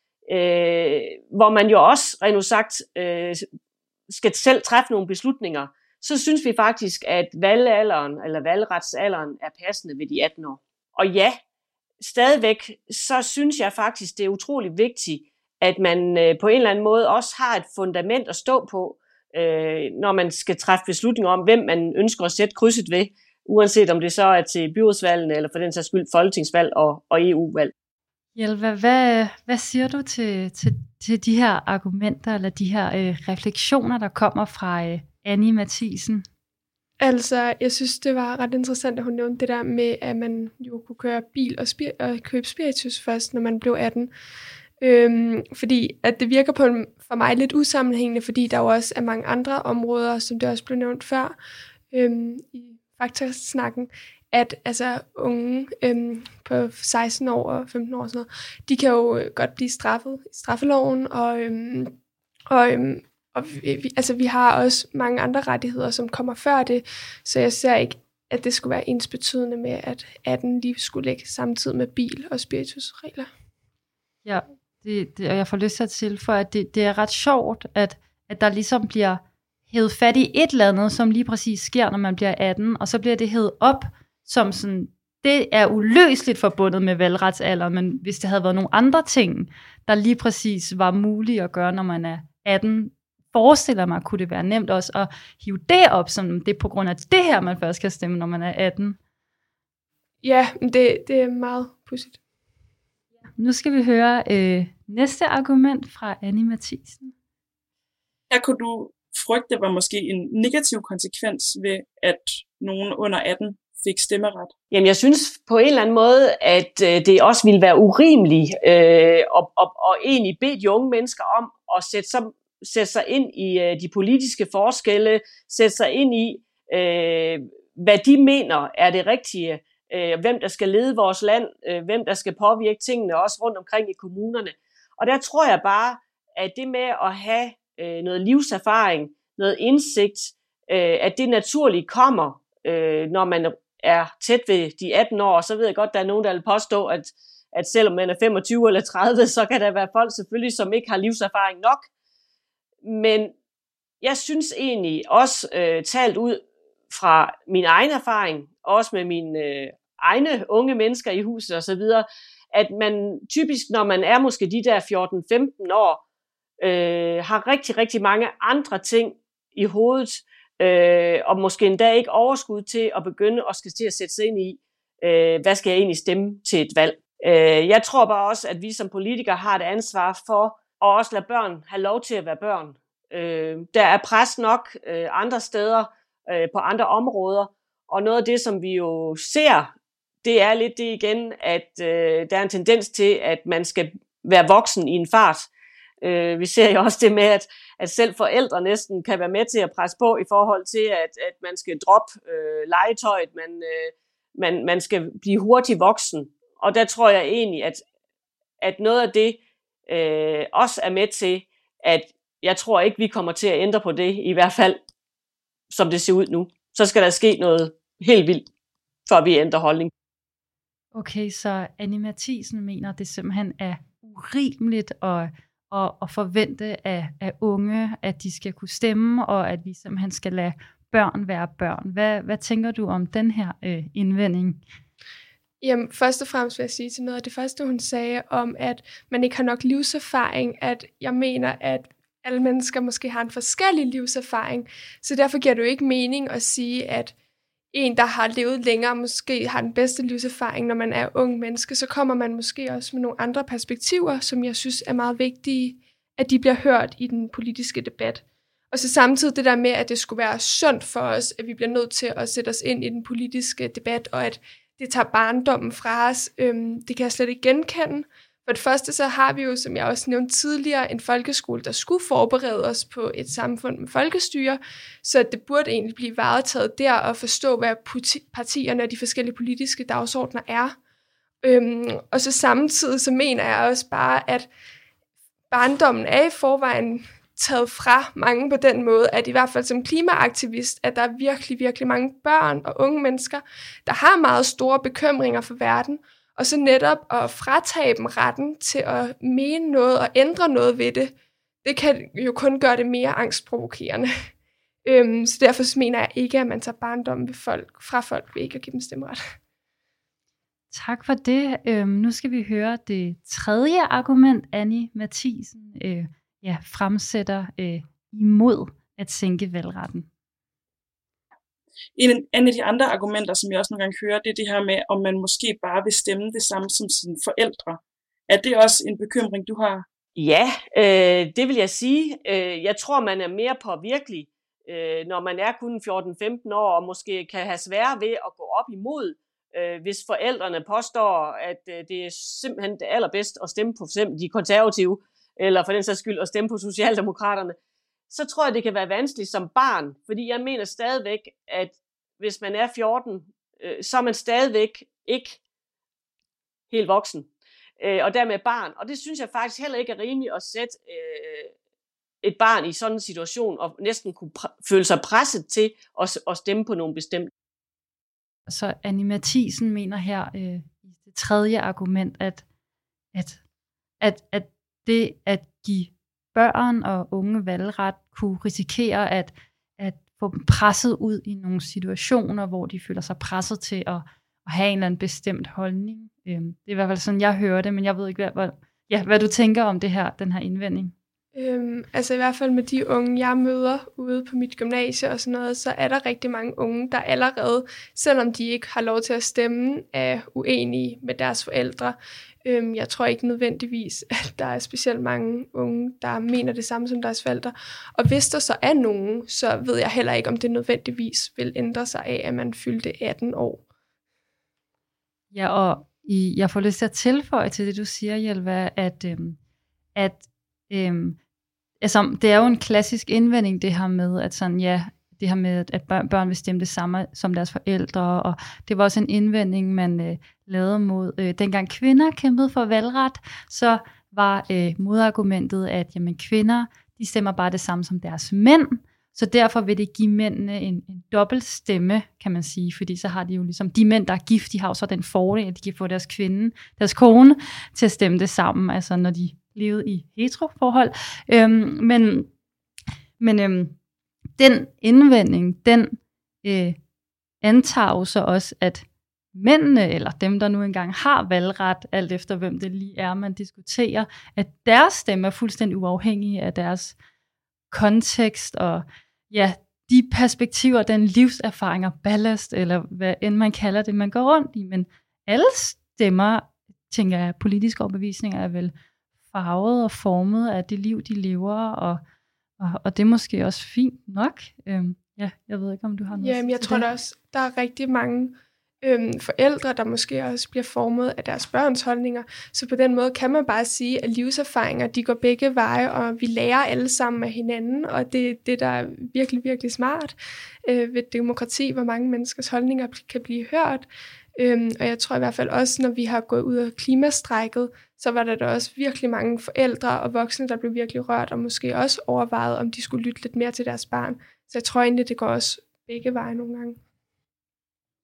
øh, hvor man jo også, rent sagt, øh, skal selv træffe nogle beslutninger, så synes vi faktisk, at valgalderen, eller valgretsalderen er passende ved de atten år. Og ja, stadigvæk, så synes jeg faktisk, det er utrolig vigtigt, at man øh, på en eller anden måde også har et fundament at stå på, øh, når man skal træffe beslutninger om, hvem man ønsker at sætte krydset ved, uanset om det så er til byrådsvalgene, eller for den sags skyld folketingsvalg og, og E U-valg. Jelva, hvad, hvad siger du til, til, til de her argumenter, eller de her øh, refleksioner, der kommer fra øh, Annie Matthiesen? Altså, jeg synes, det var ret interessant, at hun nævnte det der med, at man jo kunne køre bil og, spir- og købe spiritus først, når man blev atten. Øhm, fordi at det virker på en, for mig lidt usammenhængende, fordi der jo også er mange andre områder, som det også blev nævnt før, øhm, i faktasnakken, at altså unge øhm, på seksten år og femten år og sådan noget, de kan jo godt blive straffet i straffeloven, og, øhm, og, øhm, og vi, altså vi har også mange andre rettigheder, som kommer før det, så jeg ser ikke, at det skulle være ensbetydende med, at atten lige skulle ligge samtidig med bil- og spiritusregler. Ja, det, det, og jeg får lyst til at tilføje, at det, det er ret sjovt, at, at der ligesom bliver hævet fat i et eller andet, som lige præcis sker, når man bliver atten, og så bliver det hævet op, som sådan, det er uløseligt forbundet med valgretsalder, men hvis det havde været nogle andre ting, der lige præcis var mulige at gøre, når man er atten, forestiller mig, kunne det være nemt også at hive det op, som det er på grund af det her, man først kan stemme, når man er atten. Ja, det, det er meget pudsigt. Nu skal vi høre øh, næste argument fra Annie Matthiesen. Her kunne du frygte, var måske en negativ konsekvens ved, at nogen under atten fik stemmeret? Jamen, jeg synes på en eller anden måde, at øh, det også ville være urimeligt øh, og, og, og egentlig bede de unge mennesker om at sætte, som, sætte sig ind i øh, de politiske forskelle, sætte sig ind i, øh, hvad de mener er det rigtige, øh, hvem der skal lede vores land, øh, hvem der skal påvirke tingene også rundt omkring i kommunerne. Og der tror jeg bare, at det med at have øh, noget livserfaring, noget indsigt, øh, at det naturligt kommer, øh, når man er tæt ved de atten år. Så ved jeg godt, der er nogen, der vil påstå, at, at selvom man er femogtyve eller tredive, så kan der være folk selvfølgelig, som ikke har livserfaring nok. Men jeg synes egentlig også, øh, talt ud fra min egen erfaring, også med mine øh, egne unge mennesker i huset og så videre, at man typisk, når man er måske de der fjorten femten år, øh, har rigtig, rigtig mange andre ting i hovedet, øh, og måske endda ikke overskud til at begynde at skal til at sætte sig ind i, øh, hvad skal jeg egentlig stemme til et valg. Øh, jeg tror bare også, at vi som politikere har et ansvar for at også lade børn have lov til at være børn. Øh, der er pres nok øh, andre steder, øh, på andre områder, og noget af det, som vi jo ser, det er lidt det igen, at øh, der er en tendens til, at man skal være voksen i en fart. Øh, vi ser jo også det med, at, at selv forældre næsten kan være med til at presse på i forhold til, at, at man skal droppe øh, legetøjet, man, øh, man, man skal blive hurtigt voksen. Og der tror jeg egentlig, at, at noget af det øh, også er med til, at jeg tror ikke, vi kommer til at ændre på det, i hvert fald som det ser ud nu. Så skal der ske noget helt vildt. før vi ændrer holdning. Okay, så Annie Matthiesen mener, det simpelthen er urimeligt at, at, at forvente af, af unge, at de skal kunne stemme, og at vi simpelthen skal lade børn være børn. Hvad, hvad tænker du om den her øh, indvending? Jamen, først og fremmest vil jeg sige til noget af det første, hun sagde om, at man ikke har nok livserfaring, at jeg mener, at alle mennesker måske har en forskellig livserfaring, så derfor giver det jo ikke mening at sige, at en, der har levet længere, måske har den bedste livserfaring, når man er ung menneske, så kommer man måske også med nogle andre perspektiver, som jeg synes er meget vigtige, at de bliver hørt i den politiske debat. Og så samtidig det der med, at det skulle være sundt for os, at vi bliver nødt til at sætte os ind i den politiske debat, og at det tager barndommen fra os, øhm, det kan jeg slet ikke genkende. For det første så har vi jo, som jeg også nævnte tidligere, en folkeskole, der skulle forberede os på et samfund med folkestyre, så det burde egentlig blive varetaget der og forstå, hvad partierne og de forskellige politiske dagsordner er. Øhm, og så samtidig så mener jeg også bare, at barndommen er i forvejen taget fra mange på den måde, at i hvert fald som klimaaktivist, at der er virkelig, virkelig mange børn og unge mennesker, der har meget store bekymringer for verden, og så netop at fratage dem retten til at mene noget og ændre noget ved det, det kan jo kun gøre det mere angstprovokerende. øhm, så derfor mener jeg ikke, at man tager barndommen ved folk, fra folk ved ikke at give dem stemmeret. Tak for det. Øhm, nu skal vi høre det tredje argument, Annie Matthiesen øh, ja, fremsætter øh, imod at sænke valgretten. En, en af de andre argumenter, som jeg også nogle gange hører, det er det her med, om man måske bare vil stemme det samme som sine forældre. Er det også en bekymring, du har? Ja, øh, det vil jeg sige. Øh, jeg tror, man er mere påvirkelig, øh, når man er kun fjorten femten år, og måske kan have svære ved at gå op imod, øh, hvis forældrene påstår, at øh, det er simpelthen det allerbedste at stemme på for eksempel de konservative, eller for den sags skyld at stemme på Socialdemokraterne. Så tror jeg, det kan være vanskeligt som barn, fordi jeg mener stadigvæk, at hvis man er fjorten, øh, så er man stadigvæk ikke helt voksen, øh, og dermed barn. Og det synes jeg faktisk heller ikke er rimeligt at sætte øh, et barn i sådan en situation, og næsten kunne pr- føle sig presset til at, at stemme på nogle bestemte. Så Annie Matthiesen mener her øh, i det tredje argument, at, at, at, at det at give børn og unge valgret kunne risikere at, at få dem presset ud i nogle situationer, hvor de føler sig presset til at, at have en eller anden bestemt holdning. Øhm, det er i hvert fald sådan, jeg hører det, men jeg ved ikke, hvad, hvad, ja, hvad du tænker om det her, den her indvending. Øhm, altså i hvert fald med de unge, jeg møder ude på mit gymnasie og sådan noget, så er der rigtig mange unge, der allerede, selvom de ikke har lov til at stemme, er uenige med deres forældre. Øhm, jeg tror ikke nødvendigvis, at der er specielt mange unge, der mener det samme som deres forældre. Og hvis der så er nogen, så ved jeg heller ikke, om det nødvendigvis vil ændre sig af, at man fyldte atten år. Ja, og i, jeg får lyst til at tilføje til det, du siger, Jelva, at, øhm, at øhm, altså, det er jo en klassisk indvending, det her med, at sådan, ja, det her med, at børn, børn vil stemme det samme som deres forældre, og det var også en indvending, man øh, lavede mod, øh, dengang kvinder kæmpede for valgret, så var øh, modargumentet, at jamen, kvinder, de stemmer bare det samme som deres mænd, så derfor vil det give mændene en, en dobbelt stemme, kan man sige, fordi så har de jo ligesom, de mænd, der er gift, de har jo så den fordel, at de kan få deres kvinde, deres kone, til at stemme det sammen, altså når de levede i heteroforhold. Øhm, men men øhm, den indvending, den øh, antager jo så også, at mændene, eller dem, der nu engang har valgret, alt efter hvem det lige er, man diskuterer, at deres stemme er fuldstændig uafhængige af deres kontekst, og ja, de perspektiver, den livserfaring og ballast, eller hvad end man kalder det, man går rundt i. Men alle stemmer, tænker jeg, politiske overbevisninger er vel farvet og formet af det liv, de lever, og Og, og det er måske også fint nok. Øhm, ja, jeg ved ikke, om du har noget. Jamen, jeg tror da også, der er rigtig mange øhm, forældre, der måske også bliver formet af deres børns holdninger. Så på den måde kan man bare sige, at livserfaringer, de går begge veje, og vi lærer alle sammen af hinanden, og det er det, der er virkelig, virkelig smart øh, ved demokrati, hvor mange menneskers holdninger kan blive hørt. Øhm, og jeg tror i hvert fald også, når vi har gået ud af klimastrækket, så var der da også virkelig mange forældre og voksne, der blev virkelig rørt, og måske også overvejet, om de skulle lytte lidt mere til deres barn. Så jeg tror egentlig, det går også begge veje nogle gange.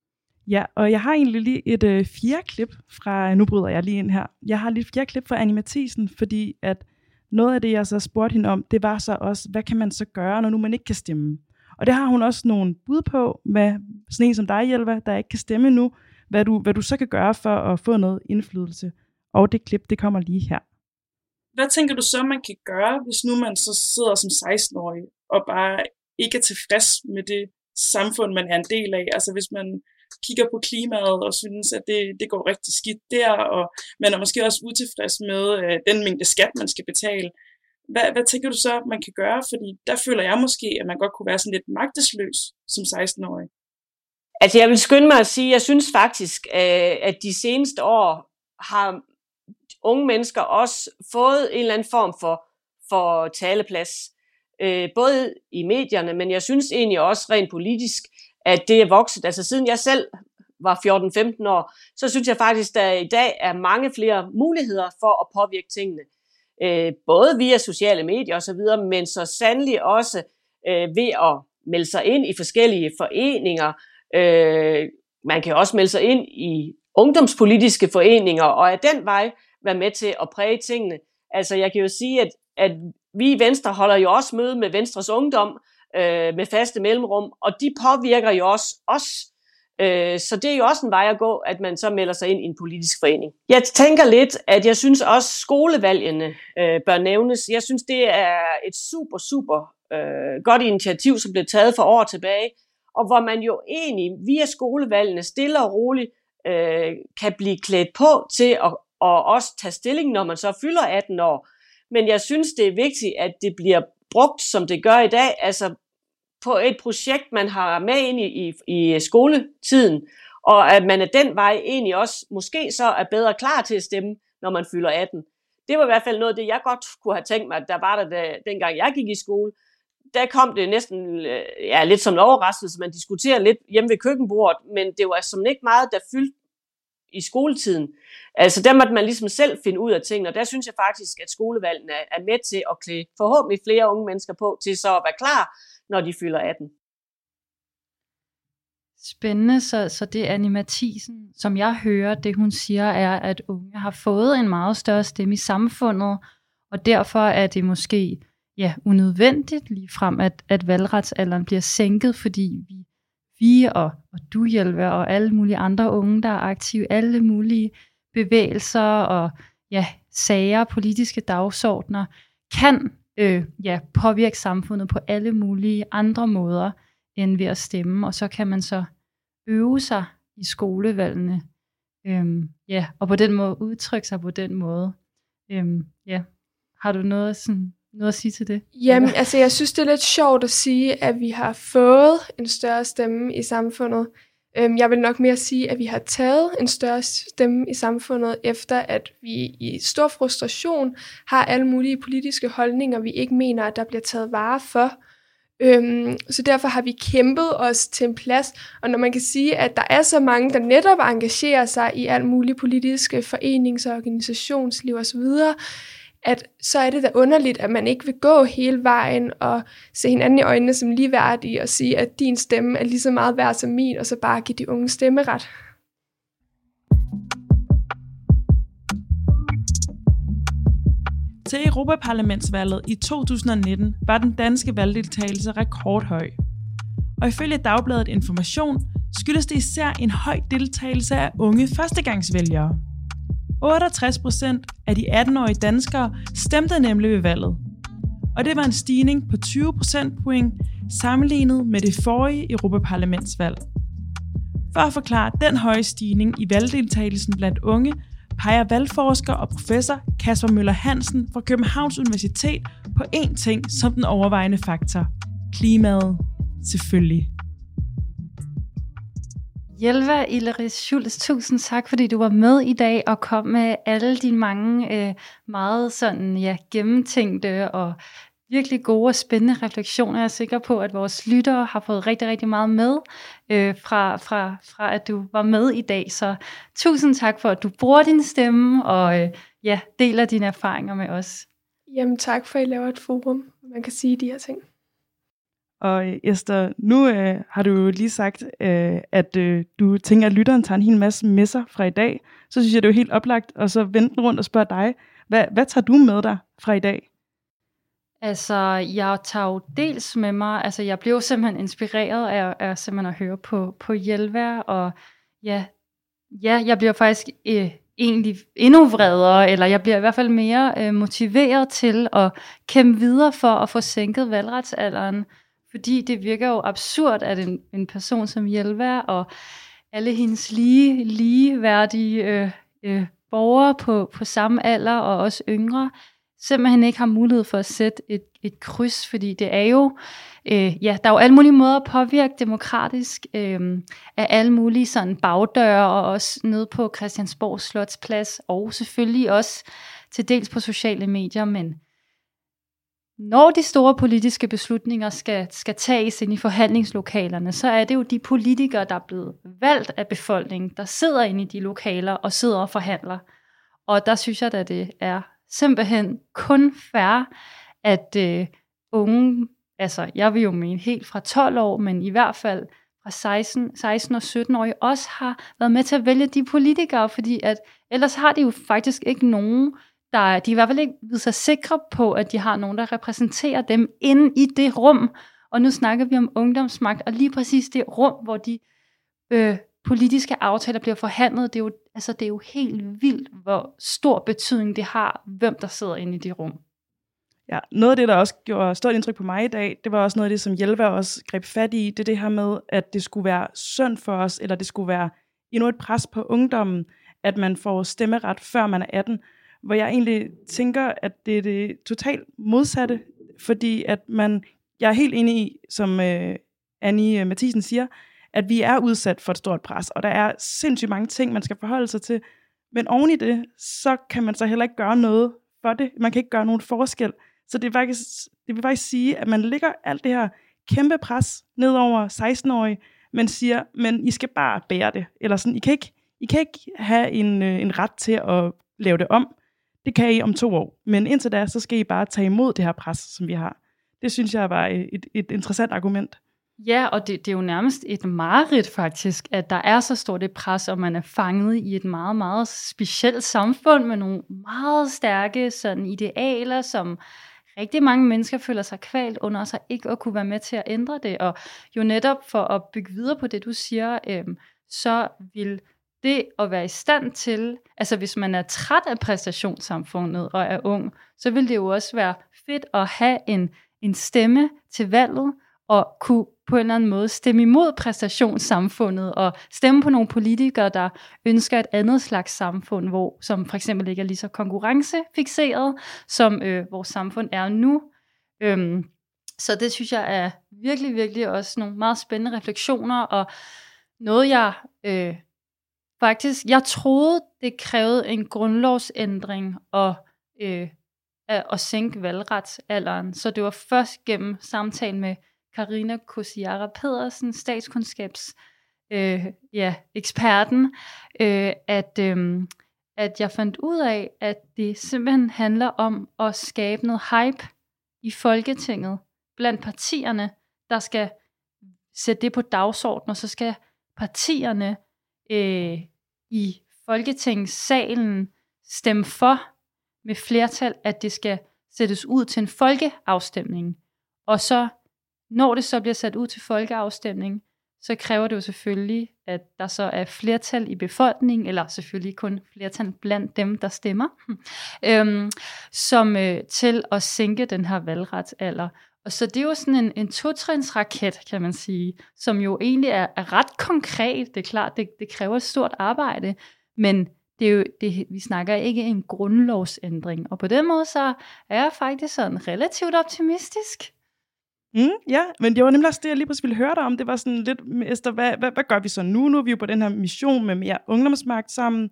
Ja, og jeg har egentlig lige et øh, fjerde klip fra, nu bryder jeg lige ind her, jeg har lige et fjerde klip fra Annie Matthiesen, fordi at noget af det, jeg så spurgte hende om, det var så også, hvad kan man så gøre, når nu man ikke kan stemme? Og det har hun også nogle bud på, med sådan en som dig, Jelva, der ikke kan stemme nu, hvad du, hvad du så kan gøre for at få noget indflydelse. Og det klip, det kommer lige her. Hvad tænker du så, man kan gøre, hvis nu man så sidder som seksten-årig og bare ikke er tilfreds med det samfund, man er en del af? Altså hvis man kigger på klimaet og synes, at det, det går rigtig skidt der, og man er måske også utilfreds med øh, den mængde skat, man skal betale. Hvad, hvad tænker du så, man kan gøre? Fordi der føler jeg måske, at man godt kunne være sådan lidt magtesløs som seksten-årig. Altså jeg vil skynde mig at sige, at jeg synes faktisk, at de seneste år har unge mennesker også fået en eller anden form for, for taleplads. Både i medierne, men jeg synes egentlig også rent politisk, at det er vokset. Altså siden jeg selv var fjorten femten år, så synes jeg faktisk, at der i dag er mange flere muligheder for at påvirke tingene. Både via sociale medier osv., men så sandelig også ved at melde sig ind i forskellige foreninger. Man kan også melde sig ind i ungdomspolitiske foreninger, og af den vej være med til at præge tingene. Altså jeg kan jo sige, at, at vi i Venstre holder jo også møde med Venstres Ungdom, øh, med faste mellemrum, og de påvirker jo også os. Øh, så det er jo også en vej at gå, at man så melder sig ind i en politisk forening. Jeg tænker lidt, at jeg synes også skolevalgene øh, bør nævnes. Jeg synes, det er et super, super øh, godt initiativ, som blev taget for år tilbage, og hvor man jo egentlig via skolevalgene stille og roligt øh, kan blive klædt på til at og også tage stilling, når man så fylder atten år. Men jeg synes, det er vigtigt, at det bliver brugt, som det gør i dag, altså på et projekt, man har med ind i, i, i skoletiden, og at man af den vej egentlig også måske så er bedre klar til at stemme, når man fylder atten. Det var i hvert fald noget af det, jeg godt kunne have tænkt mig, at der var der, da, dengang jeg gik i skole. Der kom det næsten ja, lidt som en overraskelse, man diskuterer lidt hjemme ved køkkenbordet, men det var som ikke meget, der fyldte i skoletiden. Altså der måtte man ligesom selv finde ud af tingene, og der synes jeg faktisk, at skolevalgene er med til at klæde forhåbentlig flere unge mennesker på, til så at være klar, når de fylder atten. Spændende, så, så det Annie Matthiesen, som jeg hører, det hun siger, er, at unge har fået en meget større stemme i samfundet, og derfor er det måske ja, unødvendigt ligefrem, at, at valgretsalderen bliver sænket, fordi vi Vi og, og du, Jelva, og alle mulige andre unge, der er aktive, alle mulige bevægelser og ja, sager, politiske dagsordner, kan øh, ja, påvirke samfundet på alle mulige andre måder, end ved at stemme. Og så kan man så øve sig i skolevalgene, øhm, ja, og på den måde udtrykke sig på den måde. Øhm, ja. Har du noget sådan... noget at sige til det? Jamen, altså jeg synes, det er lidt sjovt at sige, at vi har fået en større stemme i samfundet. Jeg vil nok mere sige, at vi har taget en større stemme i samfundet, efter at vi i stor frustration har alle mulige politiske holdninger, vi ikke mener, at der bliver taget vare for. Så derfor har vi kæmpet os til en plads, og når man kan sige, at der er så mange, der netop engagerer sig i alle mulige politiske forenings- og organisationsliv osv., at så er det da underligt, at man ikke vil gå hele vejen og se hinanden i øjnene som ligeværdige og sige, at din stemme er lige så meget værd som min, og så bare give de unge stemmeret. Til Europaparlamentsvalget i to tusind nitten var den danske valgdeltagelse rekordhøj. Og ifølge Dagbladet Information skyldes det især en høj deltagelse af unge førstegangsvælgere. otteogtres procent af de atten-årige danskere stemte nemlig ved valget. Og det var en stigning på tyve procentpoint sammenlignet med det forrige Europaparlamentsvalg. For at forklare den høje stigning i valgdeltagelsen blandt unge, peger valgforsker og professor Kasper Møller Hansen fra Københavns Universitet på én ting som den overvejende faktor. Klimaet. Selvfølgelig. Jelva Illeris Schultz, tusind tak, fordi du var med i dag og kom med alle dine mange øh, meget sådan, ja, gennemtænkte og virkelig gode og spændende refleksioner. Jeg er sikker på, at vores lyttere har fået rigtig, rigtig meget med øh, fra, fra, fra, at du var med i dag. Så tusind tak for, at du bruger din stemme og øh, ja, deler dine erfaringer med os. Jamen tak for, at I laver et forum, hvor man kan sige de her ting. Og Esther, nu øh, har du jo lige sagt, øh, at øh, du tænker, at lytteren tager en hel masse med sig fra i dag. Så synes jeg, det er jo helt oplagt at så vente rundt og spørge dig, hvad, hvad tager du med dig fra i dag? Altså, jeg tager jo dels med mig, altså jeg blev simpelthen inspireret af, af simpelthen at høre på, på Jelvær, og ja, ja, jeg bliver faktisk øh, egentlig endnu vredere, eller jeg bliver i hvert fald mere øh, motiveret til at kæmpe videre for at få sænket valgretsalderen, fordi det virker jo absurd, at en, en person som Jelvær og alle hendes lige, ligeværdige øh, øh, borgere på, på samme alder og også yngre, simpelthen ikke har mulighed for at sætte et, et kryds, fordi det er jo, øh, ja, der er jo alle mulige måder at påvirke demokratisk øh, af alle mulige sådan bagdøre, og også nede på Christiansborg Slotsplads, og selvfølgelig også til dels på sociale medier, men når de store politiske beslutninger skal, skal tages ind i forhandlingslokalerne, så er det jo de politikere, der er blevet valgt af befolkningen, der sidder inde i de lokaler og sidder og forhandler. Og der synes jeg, at det er simpelthen kun fair, at øh, unge, altså jeg vil jo mene helt fra tolv år, men i hvert fald fra seksten, seksten og sytten-årige, også har været med til at vælge de politikere, fordi at ellers har de jo faktisk ikke nogen, der de er i hvert fald ikke ved sig sikre på, at de har nogen, der repræsenterer dem inde i det rum. Og nu snakker vi om ungdomsmagt, og lige præcis det rum, hvor de øh, politiske aftaler bliver forhandlet, det er, jo, altså, det er jo helt vildt, hvor stor betydning det har, hvem der sidder inde i det rum. Ja, noget af det, der også gjorde stort indtryk på mig i dag, det var også noget af det, som Jelvær også greb fat i, det er det her med, at det skulle være synd for os, eller det skulle være endnu et pres på ungdommen, at man får stemmeret, før man er atten, hvor jeg egentlig tænker, at det er det totalt modsatte, fordi at man, jeg er helt enig i, som øh, Annie Matthiesen siger, at vi er udsat for et stort pres, og der er sindssygt mange ting, man skal forholde sig til, men oven i det, så kan man så heller ikke gøre noget for det. Man kan ikke gøre nogen forskel. Så det, er faktisk, det vil faktisk sige, at man lægger alt det her kæmpe pres ned over seksten-årige, men siger, men I skal bare bære det. Eller sådan, I kan ikke, I kan ikke have en, en ret til at lave det om. Det kan I om to år. Men indtil da, så skal I bare tage imod det her pres, som vi har. Det synes jeg var et, et interessant argument. Ja, og det, det er jo nærmest et mareridt faktisk, at der er så stort et pres, og man er fanget i et meget, meget specielt samfund med nogle meget stærke sådan, idealer, som rigtig mange mennesker føler sig kvalt under sig ikke at kunne være med til at ændre det. Og jo netop for at bygge videre på det, du siger, øhm, så vil det at være i stand til, altså hvis man er træt af præstationssamfundet og er ung, så vil det jo også være fedt at have en, en stemme til valget, og kunne på en eller anden måde stemme imod præstationssamfundet, og stemme på nogle politikere, der ønsker et andet slags samfund, hvor, som for eksempel ikke er lige så konkurrencefixeret, som øh, vores samfund er nu. Øhm, så det synes jeg er virkelig, virkelig også nogle meget spændende refleksioner, og noget jeg øh, faktisk, jeg troede, det krævede en grundlovsændring og øh, at sænke valgretsalderen, så det var først gennem samtalen med Karina Kosiara Pedersen, statskundskabs øh, ja, eksperten, øh, at, øh, at jeg fandt ud af, at det simpelthen handler om at skabe noget hype i Folketinget blandt partierne, der skal sætte det på dagsordenen, og så skal partierne øh, i Folketingssalen stemme for med flertal, at det skal sættes ud til en folkeafstemning. Og så når det så bliver sat ud til folkeafstemning, så kræver det jo selvfølgelig, at der så er flertal i befolkningen, eller selvfølgelig kun flertal blandt dem, der stemmer, øhm, som øh, til at sænke den her valgretsalder. Og så det er jo sådan en, en totrinsraket, kan man sige, som jo egentlig er, er ret konkret. Det er klart, det, det kræver et stort arbejde, men det er jo, det, vi snakker ikke en grundlovsændring. Og på den måde så er jeg faktisk sådan relativt optimistisk. Mm, ja, men det var nemlig også det, jeg lige pludselig ville høre dig om. Det var sådan lidt, Esther, hvad, hvad, hvad gør vi så nu? Nu er vi jo på den her mission med mere ungdomsmagt sammen,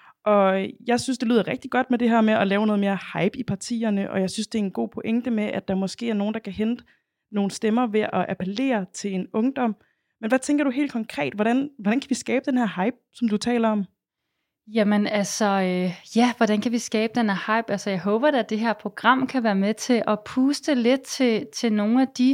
og jeg synes, det lyder rigtig godt med det her med at lave noget mere hype i partierne, og jeg synes, det er en god pointe med, at der måske er nogen, der kan hente nogle stemmer ved at appellere til en ungdom. Men hvad tænker du helt konkret? Hvordan, hvordan kan vi skabe den her hype, som du taler om? Jamen altså, øh, ja, hvordan kan vi skabe den her hype? Altså jeg håber, at det her program kan være med til at puste lidt til, til nogle af de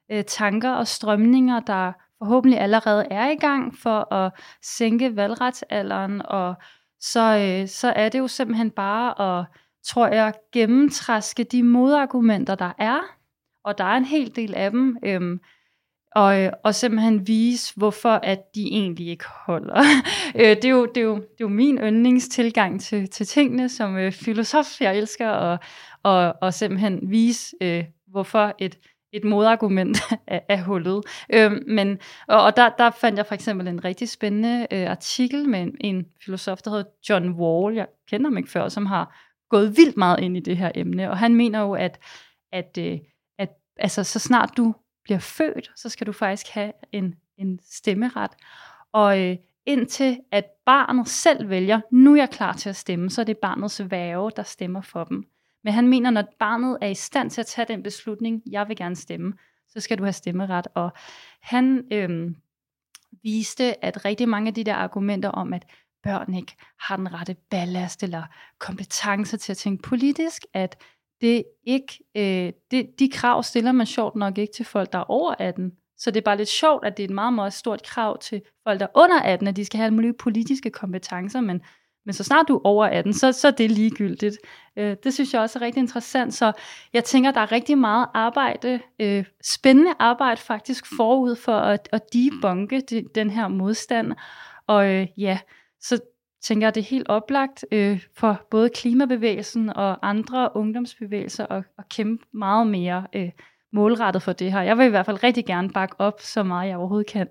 øh, tanker og strømninger, der forhåbentlig allerede er i gang for at sænke valgretsalderen, og så, øh, så er det jo simpelthen bare at, tror jeg, gennemtraske de modargumenter, der er, og der er en hel del af dem, øh, og, og simpelthen vise, hvorfor at de egentlig ikke holder. det, er jo, det, er jo, det er jo min yndlingstilgang til, til tingene som øh, filosof. Jeg elsker at og, og simpelthen vise, øh, hvorfor et, et modargument er, er hullet. Øh, men, og og der, der fandt jeg for eksempel en rigtig spændende øh, artikel med en, en filosof, der hedder John Wall, jeg kender ham ikke før, som har gået vildt meget ind i det her emne, og han mener jo, at, at, øh, at altså, så snart du bliver født, så skal du faktisk have en, en stemmeret. Og øh, indtil at barnet selv vælger, nu er jeg klar til at stemme, så er det barnets værge, der stemmer for dem. Men han mener, når barnet er i stand til at tage den beslutning, jeg vil gerne stemme, så skal du have stemmeret. Og han øh, viste, at rigtig mange af de der argumenter om, at børn ikke har den rette ballast eller kompetencer til at tænke politisk, at det ikke, øh, det, de krav stiller man sjovt nok ikke til folk, der er over atten. Så det er bare lidt sjovt, at det er et meget, meget stort krav til folk, der er under atten, at de skal have alle mulige politiske kompetencer, men, men så snart du er over atten, så, så er det ligegyldigt. Øh, det synes jeg også er rigtig interessant, så jeg tænker, der er rigtig meget arbejde, øh, spændende arbejde faktisk forud for at, at debunke de, den her modstand, og øh, ja, så tænker jeg, det er helt oplagt øh, for både klimabevægelsen og andre ungdomsbevægelser at, at kæmpe meget mere øh, målrettet for det her. Jeg vil i hvert fald rigtig gerne bakke op, så meget jeg overhovedet kan.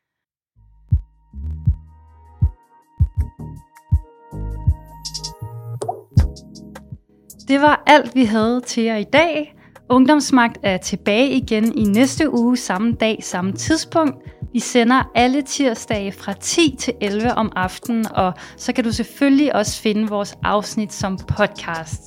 Det var alt, vi havde til jer i dag. Ungdomsmagt er tilbage igen i næste uge, samme dag, samme tidspunkt. Vi sender alle tirsdage fra ti til elleve om aftenen, og så kan du selvfølgelig også finde vores afsnit som podcast.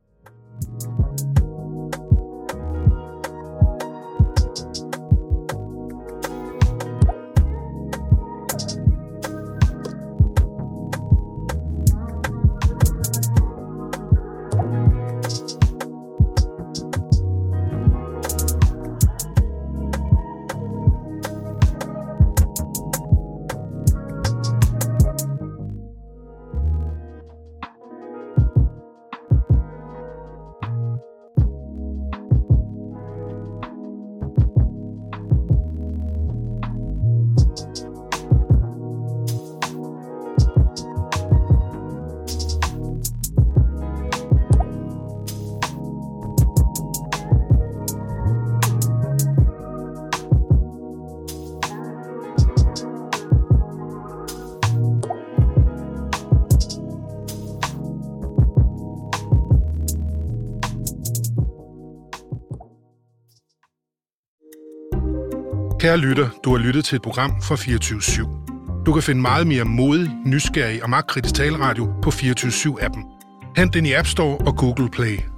Kære lytter, du har lyttet til et program fra fireogtyve syv. Du kan finde meget mere modig, nysgerrig og magtkritisk taleradio på fireogtyve syv appen. Hent den i App Store og Google Play.